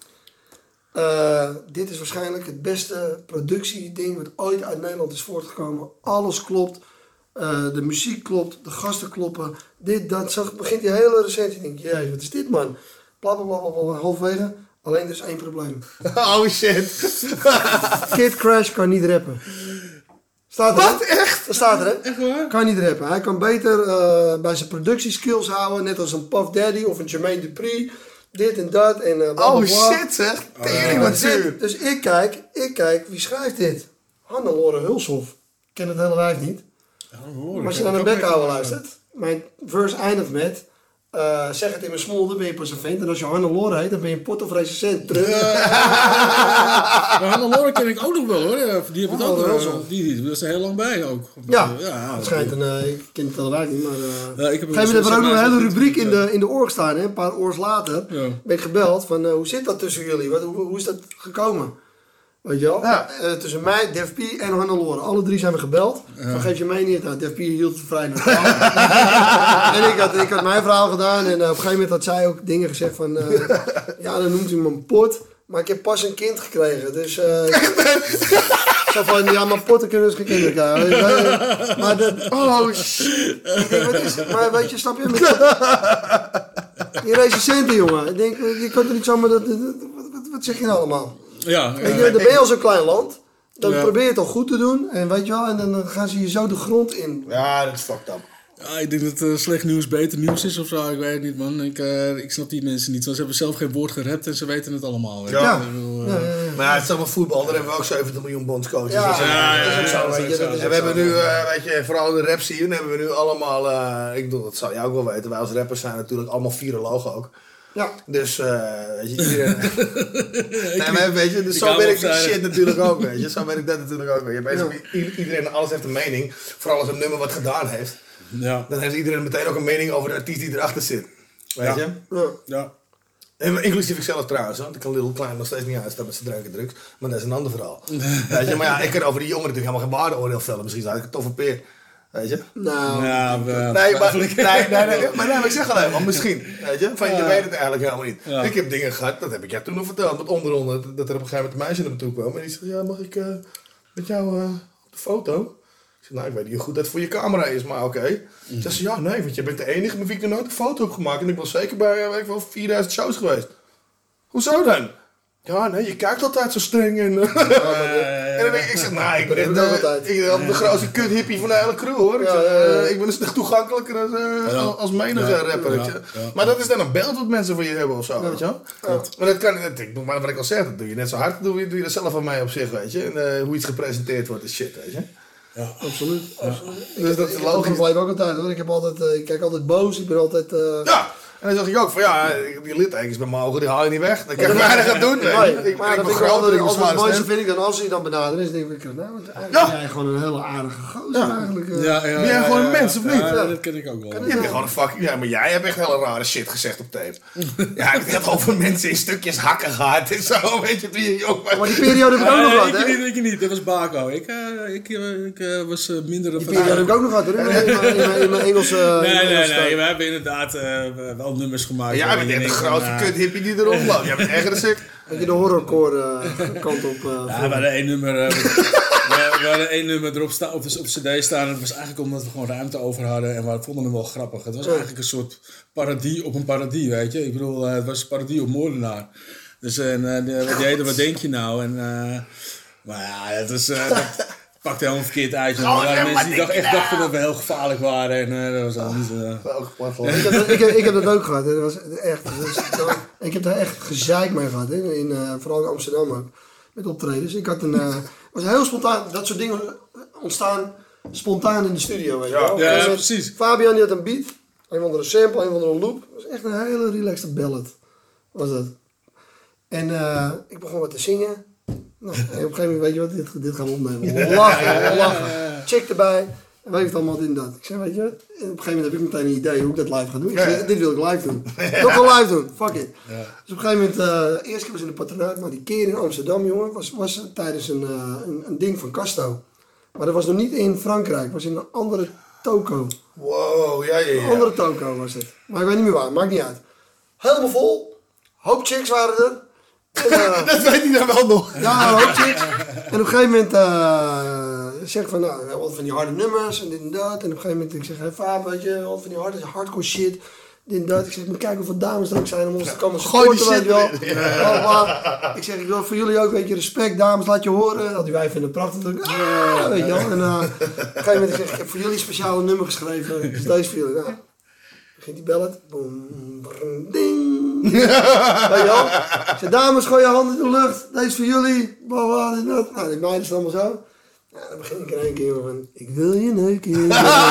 E: Uh, dit is waarschijnlijk het beste productieding wat ooit uit Nederland is voortgekomen. Alles klopt. Uh, de muziek klopt. De gasten kloppen. Dit, dat. Zo begint die hele recensie. Ik denk, jezus, wat is dit man? Blablabla, halfwege. Alleen er is één probleem.
D: Oh shit.
E: Kid Crash kan niet rappen. Staat er,
D: Wat?
E: hè?
D: Echt?
E: Dat staat er, hè?
C: Echt waar?
E: Kan niet rappen. Hij kan beter uh, bij zijn productieskills houden. Net als een Puff Daddy of een Jermaine Dupri. Dit en dat. En, uh, bla,
D: Oh
E: bla, bla.
D: shit zeg.
E: Ik
D: Tering,
E: denk,
D: wat
E: wat is dit?
D: zuur.
E: Dus ik kijk, ik kijk, wie schrijft dit? Hannelore Hulshoff. Ik ken het hele wijf niet. Maar als je naar een bekhouden luistert, mijn verse eindigt met... Uh, zeg het in mijn smolder, ben je pas een vent. En als je Hannelore heet, dan ben je een pot of recensent. Terug.
C: Maar Hannelore ken ik ook nog wel hoor. Ja, die heb ik ook
E: Hannelore
C: wel.
E: Hulshoff.
C: Die, die was er heel lang bij ook.
E: Ja,
C: ja
E: het schijnt een... Uh, ik ken het hele wijf niet, maar... Uh,
C: Ja, ik heb
E: op een gegeven moment hebben we ook nog een hele rubriek in
C: Ja.
E: de, in de oor gestaan. Hè? Een paar oors later
C: Ja.
E: ben ik gebeld van... Uh, hoe zit dat tussen jullie? Wat, hoe, hoe is dat gekomen? Weet je wel?
D: Ja.
E: Uh, tussen mij, Def P en Hannelore. Alle drie zijn we gebeld. Van geef je mening? Nou, Def P hield het vrij neutraal. En ik had, ik had mijn verhaal gedaan. En uh, op een gegeven moment had zij ook dingen gezegd van... Uh, ja, dan noemt hij me een pot. Maar ik heb pas een kind gekregen. Dus... Uh, zo van, ja, maar potten kunnen dus geen kinderen krijgen. Maar dat...
D: Oh shit.
E: Ik denk, wat is het? Maar weet je, snap je? Met die recensenten, jongen. Ik denk, je kunt er niet zomaar... Dat, dat, wat, wat zeg je nou allemaal?
C: Ja,
E: Weet je,
C: ja.
E: dan ben je al zo'n klein land. Dan
C: Ja.
E: probeer je het al goed te doen. En weet je wel, en dan gaan ze je zo de grond in.
D: Ja, dat is fucked up.
C: Ja, ik denk dat uh, slecht nieuws beter nieuws is of zo. Ik weet het niet, man. Ik, uh, ik snap die mensen niet. Want ze hebben zelf geen woord gerapt en ze weten het allemaal. weet je.
D: Ja.
C: Ik bedoel, uh,
E: Ja, ja, ja.
D: Maar ja, het is allemaal voetbal. Daar hebben we ook zeventig miljoen bondscoaches.
E: Ja,
D: Dus, uh,
E: ja,
C: ja,
E: dat is ook
C: ja,
E: zo,
C: ja,
E: weet je.
C: dat is
E: Dat is
D: En
E: ook
D: we hebben
E: zo.
D: nu, uh, weet je, vooral in de rap scene hebben we nu allemaal, uh, ik bedoel, dat zou jij ook wel weten, wij als rappers zijn natuurlijk allemaal virologen ook.
E: Ja.
D: Dus, uh, weet je, iedereen... nee, maar weet je, dus
C: Ik
D: zo
C: hou
D: weet
C: wel
D: ik die
C: op zijn.
D: shit natuurlijk ook, weet je. Zo weet ik dat natuurlijk ook, weet je. Basically, i- iedereen, alles heeft een mening. Vooral als een nummer wat gedaan heeft.
C: ja.
D: Dan heeft iedereen meteen ook een mening over de artiest die erachter zit. Weet
C: Ja.
D: je?
E: Ja.
C: Ja.
D: En inclusief ik zelf trouwens, want ik kan Little Klein nog steeds niet uitstaan met zijn drank en drugs. Maar dat is een ander verhaal. Weet je? Maar ja, ik kan over die jongen natuurlijk helemaal geen waardeoordeel vellen. Misschien zou ik een toffe peer. Weet je?
E: Nou,
C: Ja, we-
D: Nee, maar,
C: eigenlijk-
D: nee, nee, nee, nee, maar, nee, maar ik zeg alleen maar misschien. Weet je? Van, je
C: Ja.
D: weet het eigenlijk helemaal niet.
C: Ja.
D: Ik heb dingen gehad, dat heb ik jou toen nog verteld. Met onderonder, dat er op een gegeven moment een meisje naar me toe kwam. En die zei, ja, mag ik uh, met jou uh, op de foto? Ik zei, nou, ik weet niet hoe goed dat voor je camera is, maar oké. Okay.
C: Mm.
D: Ze zei, ja, nee, want je bent de enige met wie ik er nooit een foto heb gemaakt. En ik was zeker bij, uh, weet ik wel, vierduizend shows geweest. Hoezo dan? Ja, nee, je kijkt altijd zo streng. En, uh, en dan denk ik, ik zeg, nou, ik ben
E: Dat
D: echt,
E: heb ik ook
D: uh,
E: altijd.
D: ik ben de grootste kut hippie van de hele crew, hoor. Ik,
E: Ja,
D: zeg,
E: ja, ja.
D: uh, ik ben een stuk toegankelijker als, uh,
C: Ja.
D: als menige
C: Ja.
D: rapper. weet je.
C: Ja. Ja.
D: Maar dat is dan een beeld wat mensen van je hebben of zo, weet je wel?
E: Ja.
D: Maar dat kan, dat, ik, maar wat ik al zeg, dat doe je net zo hard, doe je, doe je dat zelf van mij op zich, weet je. En uh, hoe iets gepresenteerd wordt is shit, weet je.
E: absoluut. absoluut.
D: Dus dat is
E: Ik heb het in
D: logisch.
E: mijn leven ook altijd hoor. Ik, heb altijd, uh, ik kijk altijd boos. Ik ben altijd... Uh,
D: Ja, En dan zeg ik ook van ja, die littekens bij mijn ogen, die haal je niet weg. Dan kan ik weinig aan doen. Nee,
E: Nee,
D: ik, ik,
E: maar
D: ik
E: dat
D: ben
E: vind ik
D: groot,
E: wel
D: ik ben
E: altijd
D: zwaar
E: het mooiste
D: stem.
E: vind ik dan als hij dan benadert is, denk ik, nou, want eigenlijk
D: Ja.
E: ben jij gewoon een hele aardige gozer
D: Ja.
E: eigenlijk. uh.
C: Ja, ja,
D: Ben jij gewoon een mens, of niet?
C: Ja, dat ken ik ook wel.
D: Je hebt gewoon een fucking... Ja, maar jij hebt echt hele rare shit gezegd op tape. Ja, ik heb over mensen in stukjes hakken gehad en zo. Weet je, wie je ook...
E: Maar die periode heb ik ook nog
C: Nee,
E: gehad,
C: ik
E: hè?
C: niet, ik niet. Dat was Baco. Ik, uh, ik, uh, ik uh, was uh, minder...
E: Die periode heb ik ook nog gehad, hoor. In mijn- in mijn- in mijn Engelse...
C: Nee, nee,
E: Engelse
C: nee.
E: tijd.
C: We hebben inderdaad uh, wel nummers gemaakt.
D: Ja,
C: waarin
D: maar je
C: je
D: bent de
C: denkt
D: grootste
C: van, uh,
D: kut hippie die erop loopt. Jij bent erger dan ik.
E: Dat je de horrorcore uh, kant op... Uh,
C: Ja, we hadden één nummer, uh, we, we hadden één nummer erop staan, op de, op de cd staan. En het was eigenlijk omdat we gewoon ruimte over hadden. En we vonden hem wel grappig. Het was eigenlijk een soort parodie op een parodie, weet je. Ik bedoel, uh, het was een parodie op moordenaar. Dus en, uh, wat, heette, wat denk je nou? En, uh, maar ja, het was... Uh, dat pakte helemaal verkeerd uit. Er waren mensen die dacht, echt dachten dat we heel gevaarlijk waren. En uh, dat was allemaal niet zo...
E: ik, heb dat, ik, heb, ik heb dat ook gehad. Hè. Dat was echt, dat was, dat, ik heb daar echt gezeik mee gehad. Hè. In, uh, vooral in Amsterdam ook. Met optredens. Ik had een... Uh, was heel spontaan. Dat soort dingen ontstaan spontaan in de studio. Weet je wel.
C: Ja, ja,
E: met
C: precies.
E: Fabian die had een beat. Een van de sample, een van de loop. Dat was echt een hele relaxed ballad. Was dat. En uh, ik begon wat te zingen. Nou, en op een gegeven moment, weet je wat, dit, dit gaan we opnemen. Lachen, lachen. Check erbij. En weet je het allemaal dit en dat. Ik zei, weet je wat? En op een gegeven moment heb ik meteen een idee hoe ik dat live ga doen. Ik zei, dit wil ik live doen. Ik wil gewoon live doen. Fuck it. Ja. Dus op een gegeven moment, uh, de eerste keer was in de patronaat, maar die keer in Amsterdam, jongen, was, was tijdens een, uh, een, een ding van Casto. Maar dat was nog niet in Frankrijk, het was in een andere toko.
D: Wow, ja, ja, ja.
E: Een andere toko was het. Maar ik weet niet meer waar, maakt niet uit. Helemaal vol. Hoop chicks waren er. En, uh,
D: dat weet hij dan wel nog.
E: Ja, een hoop chicks. En op een gegeven moment uh, zeg ik van, nou, we hebben wat van die harde nummers en dit en dat. En op een gegeven moment, ik zeg, hey Faab, weet je, wat van die harde, hardcore shit. Dit en dat. Ik zeg, ik moet kijken hoeveel dames er ook zijn om ons te komen supporten, weet je wel. Ja. Ik zeg, ik wil voor jullie ook, weet je, respect, dames, laat je horen. Dat die wij vinden prachtig. Ah, weet je wel. En uh, op een gegeven moment, ik zeg, ik heb voor jullie een speciale nummer geschreven. Dus deze voor jullie. Nou, begint die ballet. Boom, brrr, ding. Weet je wel? Ik zeg, dames, gooi je handen in de lucht. Deze voor jullie. Blah, blah, dit en dat. Nou, die meiden is allemaal zo. Ja, dan begin ik in één keer van, ik wil je neuken.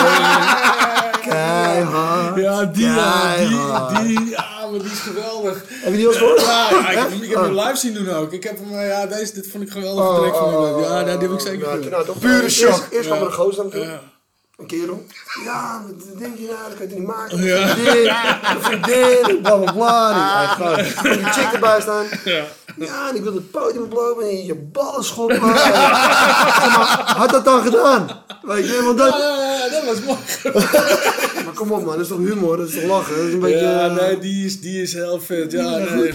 E: Keihard.
C: Ja, die, ja,
E: keihard.
C: die, die, ja, maar die is geweldig.
E: Heb je die al eens gehoord?
C: Ja, ja, ik heb, ik heb hem live zien doen ook. Ik heb hem, ja, deze, dit vond ik geweldig.
E: Oh,
C: track van
E: oh,
C: hem. Ja, die heb ik
E: oh,
C: zeker
E: nou,
C: gehoord.
E: nou, toch,
D: Pure
E: eerst,
D: shock.
E: Eerst, eerst kwam
C: Ja.
E: er een gozer aan toe.
C: Ja.
E: Een kerel. Ja, wat denk je nou? Dat kan je niet maken.
C: Ja.
E: Een vriendin, een vriendin, bla bla bla. Die, ja, gewoon, die chick erbij staan.
C: Ja.
E: Ja, en ik wil het podium oplopen en je ballen schoppen. Maar had dat dan gedaan? Weet je, want dat...
C: Ja, ja, ja, dat was mooi.
E: Maar kom op man, dat is toch humor, dat is toch lachen? Dat is een beetje...
C: Ja,
E: uh,
C: nee, die is, die is heel vet. Ja, nee.
F: She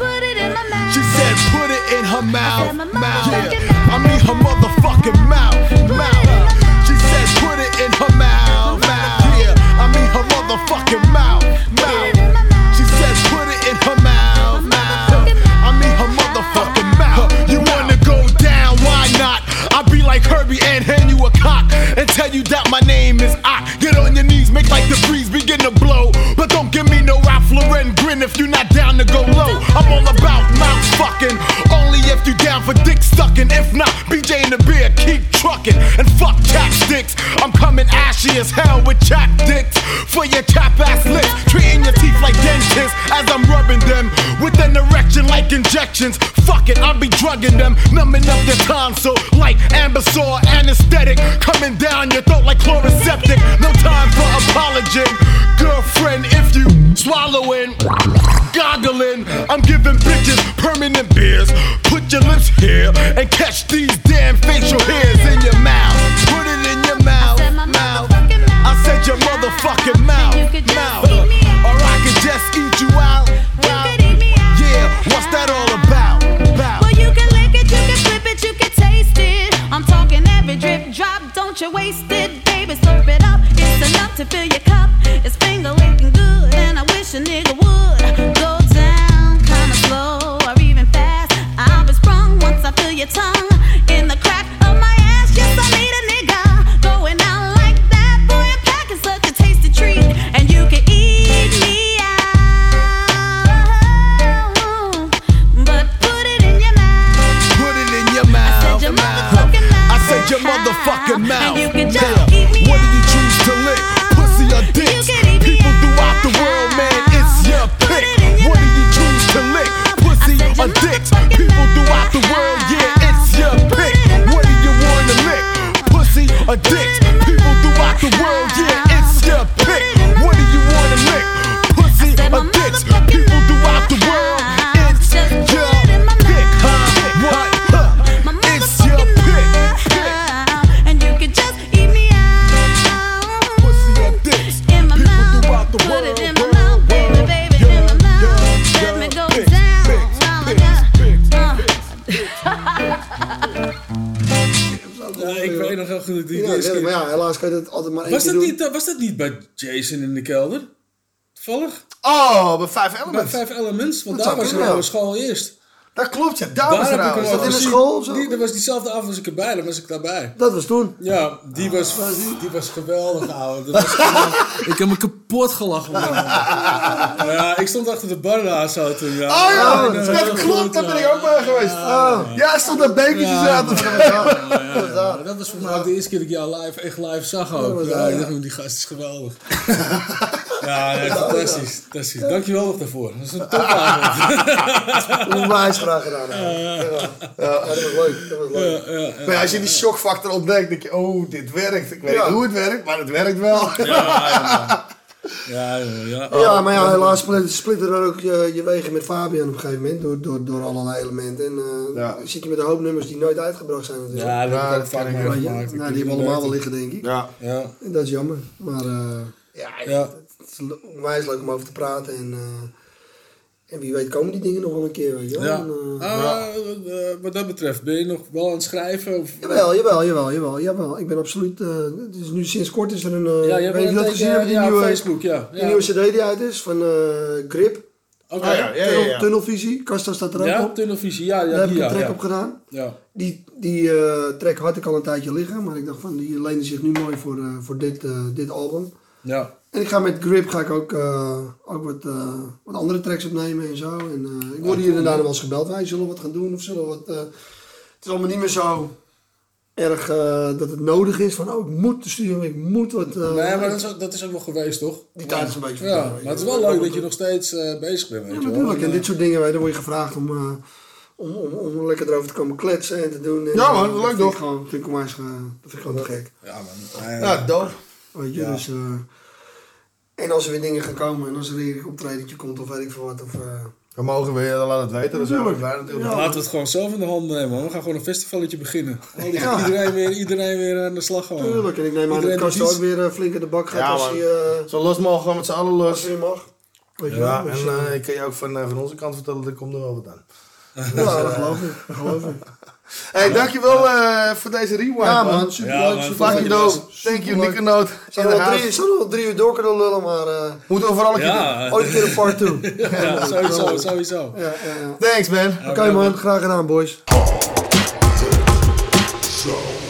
F: said put it in her mouth, mouth. Yeah. I mean her motherfucking mouth, mouth. She said put it in her mouth, mouth. Yeah, I mean her motherfucking mouth, mouth. She said put it in her mouth, mouth. I mean her motherfucking mouth. You wanna go down? Why not? I'll be like Herbie and hand you a cock and tell you that my name is I. Get on your knees, make like the breeze begin to blow. But don't give me no Ralph Lauren grin if you're not down to go low. I'm all about mouth fucking, only if you down for dick sucking. If not, B J and the beer keep trucking and fuck chapsticks. I'm coming ashy as hell with chapsticks for your chap ass lips, treating your teeth like dentists as I'm rubbing them with an erection like injections. Fuck it, I'll be drugging them, numbing up your tonsil like Ambisor anesthetic, coming down your throat like chloroseptic. No time for apology, girlfriend. If you swallowing, goggling, I'm giving bitches permanent beers. Put your lips here and catch these damn facial hairs in your mouth. Put it in your mouth, mouth. I said your motherfucking mouth, mouth. Or I could just eat you out, out. Yeah, what's that all about? about?
I: Well, you can lick it, you can flip it, you can taste it. I'm talking every drip drop, don't you waste it, baby. Slurp it up, it's enough to fill your cup. It's finger licking good, and I wish a nigga would go down kinda slow or even fast. I'll be sprung once I feel your tongue in the crack of my ass. Yes, I need a nigga going out like that. Boy, I'm packing such a tasty treat, and you can eat me out, but put it in your mouth.
F: Put it in your mouth.
I: I said your motherfucking mouth.
F: I said your motherfucking mouth.
I: And you can just
F: Yeah.
I: eat me
F: What do you
I: out.
F: choose to lick? Pussy or
I: You
F: dicks?
I: can eat me
F: People
I: out.
F: throughout the world, man, it's your pick.
C: Ja, ik weet nog heel goed dat die
E: Ja,
C: de eerste
E: maar
C: keer...
E: ja, helaas kan je dat altijd maar één
C: Was
E: keer
C: dat,
E: doen.
C: niet, uh, was dat niet bij Jason in de kelder? Toevallig?
D: Oh, bij Five
C: Bij
D: Elements.
C: Five Elements, want
E: Dat
C: daar
E: zou
C: was
E: kunnen,
C: Rauwe
E: ja.
C: School eerst.
D: Dat klopt, ja. Daar,
C: Daar
D: was
C: heb ik
D: er
C: hem
E: dat
C: al
E: in de
C: gezien.
E: school of zo?
C: Die, dat was diezelfde avond was ik erbij, dan was ik daarbij.
E: Dat was toen.
C: Ja, die was, die was geweldig, ouwe. Dat was gewoon- ik heb me kapot gelachen. Man. Ja, ik stond achter de bar daar zo toen. Ja.
D: Oh ja,
C: Oh,
D: dat
C: heel
D: klopt.
C: goed,
D: Daar ben ik
C: ja.
D: ook bij geweest.
E: Oh.
D: Ja, stond daar bekertjes
C: Ja,
D: aan.
C: ja, ja, ja. Dat was voor mij ook de eerste keer dat ik jou live, echt live zag ook.
E: was
C: Ja,
E: dat,
C: ik
E: ja.
C: dacht, die gast is geweldig. Ja, nee, fantastisch. fantastisch. Dankjewel nog daarvoor. Dat is een topavond.
E: Dat is mij graag gedaan. Ja. Ja. Ja, dat was leuk. Dat was leuk.
C: Ja, ja, ja.
D: Maar ja, als je die shockfactor ontdekt, denk je, oh, dit werkt. Ik weet
E: Ja.
D: niet hoe het werkt, maar het werkt wel.
C: Ja, ja, ja, ja, ja.
E: Ja, maar ja, helaas split- splitteren er ook je, je wegen met Fabian op een gegeven moment door, door, door allerlei elementen. En uh,
D: Ja.
E: dan zit je met een hoop nummers die nooit uitgebracht zijn natuurlijk.
C: Ja, dat
D: Ja,
C: heb ik ook
D: dat
C: vaak
D: ken ik
E: Weet je?
C: meegemaakt.
E: Nou, die hebben allemaal wel liggen, denk ik.
D: Ja.
C: Ja,
E: En dat is jammer. Maar uh, ja,
C: ja.
E: het is le- onwijs leuk om over te praten. En, uh, en wie weet komen die dingen nog wel een keer, weet je wel.
C: Ja.
E: En, uh,
C: Ah, eh, wat dat betreft, ben je nog wel aan het schrijven? Of...
E: Jawel, jawel, jawel, jawel, jawel. Ik ben absoluut... Uh, het is nu sinds kort is er een... Uh,
C: Ja, je hebt
E: weet je
C: wel
E: dat
C: een
E: gezien
C: teken-
E: hebben, die,
C: ja, op
E: nieuwe,
C: Facebook, ja.
E: die
C: ja.
E: nieuwe cd die uit is van uh, Grip.
C: Oké.
D: Ah, ja, ja, ja,
E: Tunnel,
D: ja.
E: Tunnelvisie, Kasta staat er ook
C: Ja,
E: op.
C: tunnelvisie, ja,
E: Daar
C: ja,
E: heb
C: die,
E: ik
C: ja,
E: een track
C: ja.
E: op gedaan.
C: Ja.
E: Die, die uh, track had ik al een tijdje liggen, maar ik dacht van die leende zich nu mooi voor, uh, voor dit, uh, dit album.
C: Ja.
E: En ik ga met Grip ga ik ook, uh, ook wat, uh, wat andere tracks opnemen en zo. En, uh, ik word hier en daar nog wel eens gebeld. Wij zullen we wat gaan doen of zullen we wat... Uh, het is allemaal niet meer zo erg uh, dat het nodig is van oh ik moet de studio, ik moet wat... Uh,
C: Nee, maar dat is, ook, dat is ook wel geweest, toch?
E: Die tijd is een beetje
C: Ja,
E: voorbij,
C: maar het is
E: weet je.
C: wel leuk dat je nog steeds uh, bezig bent, weet
E: Ja,
C: je wel.
E: natuurlijk. En
C: En,
E: dit soort dingen, weet je, dan word je gevraagd om, uh, om, om, om lekker erover te komen kletsen en te doen. En,
D: Ja, man,
E: uh,
D: leuk
E: dat vind
D: toch?
E: ik gewoon, vind ik onwijs, uh, dat vind ik gewoon te gek.
C: Ja, man. Uh,
D: Ja, dope.
E: Weet je,
C: Ja.
E: dus... Uh, en als er weer dingen gaan komen en als er weer een optredentje komt of weet ik veel wat. Of, uh,
D: We mogen weer al aan het weten. Dat is
E: Natuurlijk.
D: heel blij natuurlijk.
E: Ja.
C: Laten we het gewoon zelf in de hand nemen, man. We gaan gewoon een festivalletje beginnen. Al die-
E: Ja.
C: iedereen, weer, iedereen weer aan de slag gewoon.
E: tuurlijk. En ik neem aan dat
C: Iedereen
E: Kast
C: doet
E: ook
C: iets.
E: weer uh, flink in de bak gaat
D: Ja,
E: als,
D: man.
E: hij, uh,
D: Zo los mogen we met z'n allen
E: als
D: los.
E: hij mag. Weet je
D: Ja,
E: wel.
D: en
E: Dus,
D: uh,
E: uh,
D: ik kan je ook van, uh, van onze kant vertellen, er komt er wel wat aan.
E: ja, dat geloof ik. Dat geloof ik.
D: Hey, dankjewel uh, voor deze rewind,
E: Ja
D: man.
E: man, super
C: Ja,
E: leuk.
C: man,
E: super
D: Fucking
E: leuk.
D: dope. Thank you, Nick Noot.
E: Zouden we wel drie, zouden we wel drie uur door kunnen lullen, maar uh,
D: Moeten we vooral een keer doen.
C: Ja,
E: ooit een keer een part two.
C: ja, sowieso, sowieso.
E: Ja, ja, ja.
D: Thanks, man.
E: Oké okay, man, graag gedaan boys.
A: So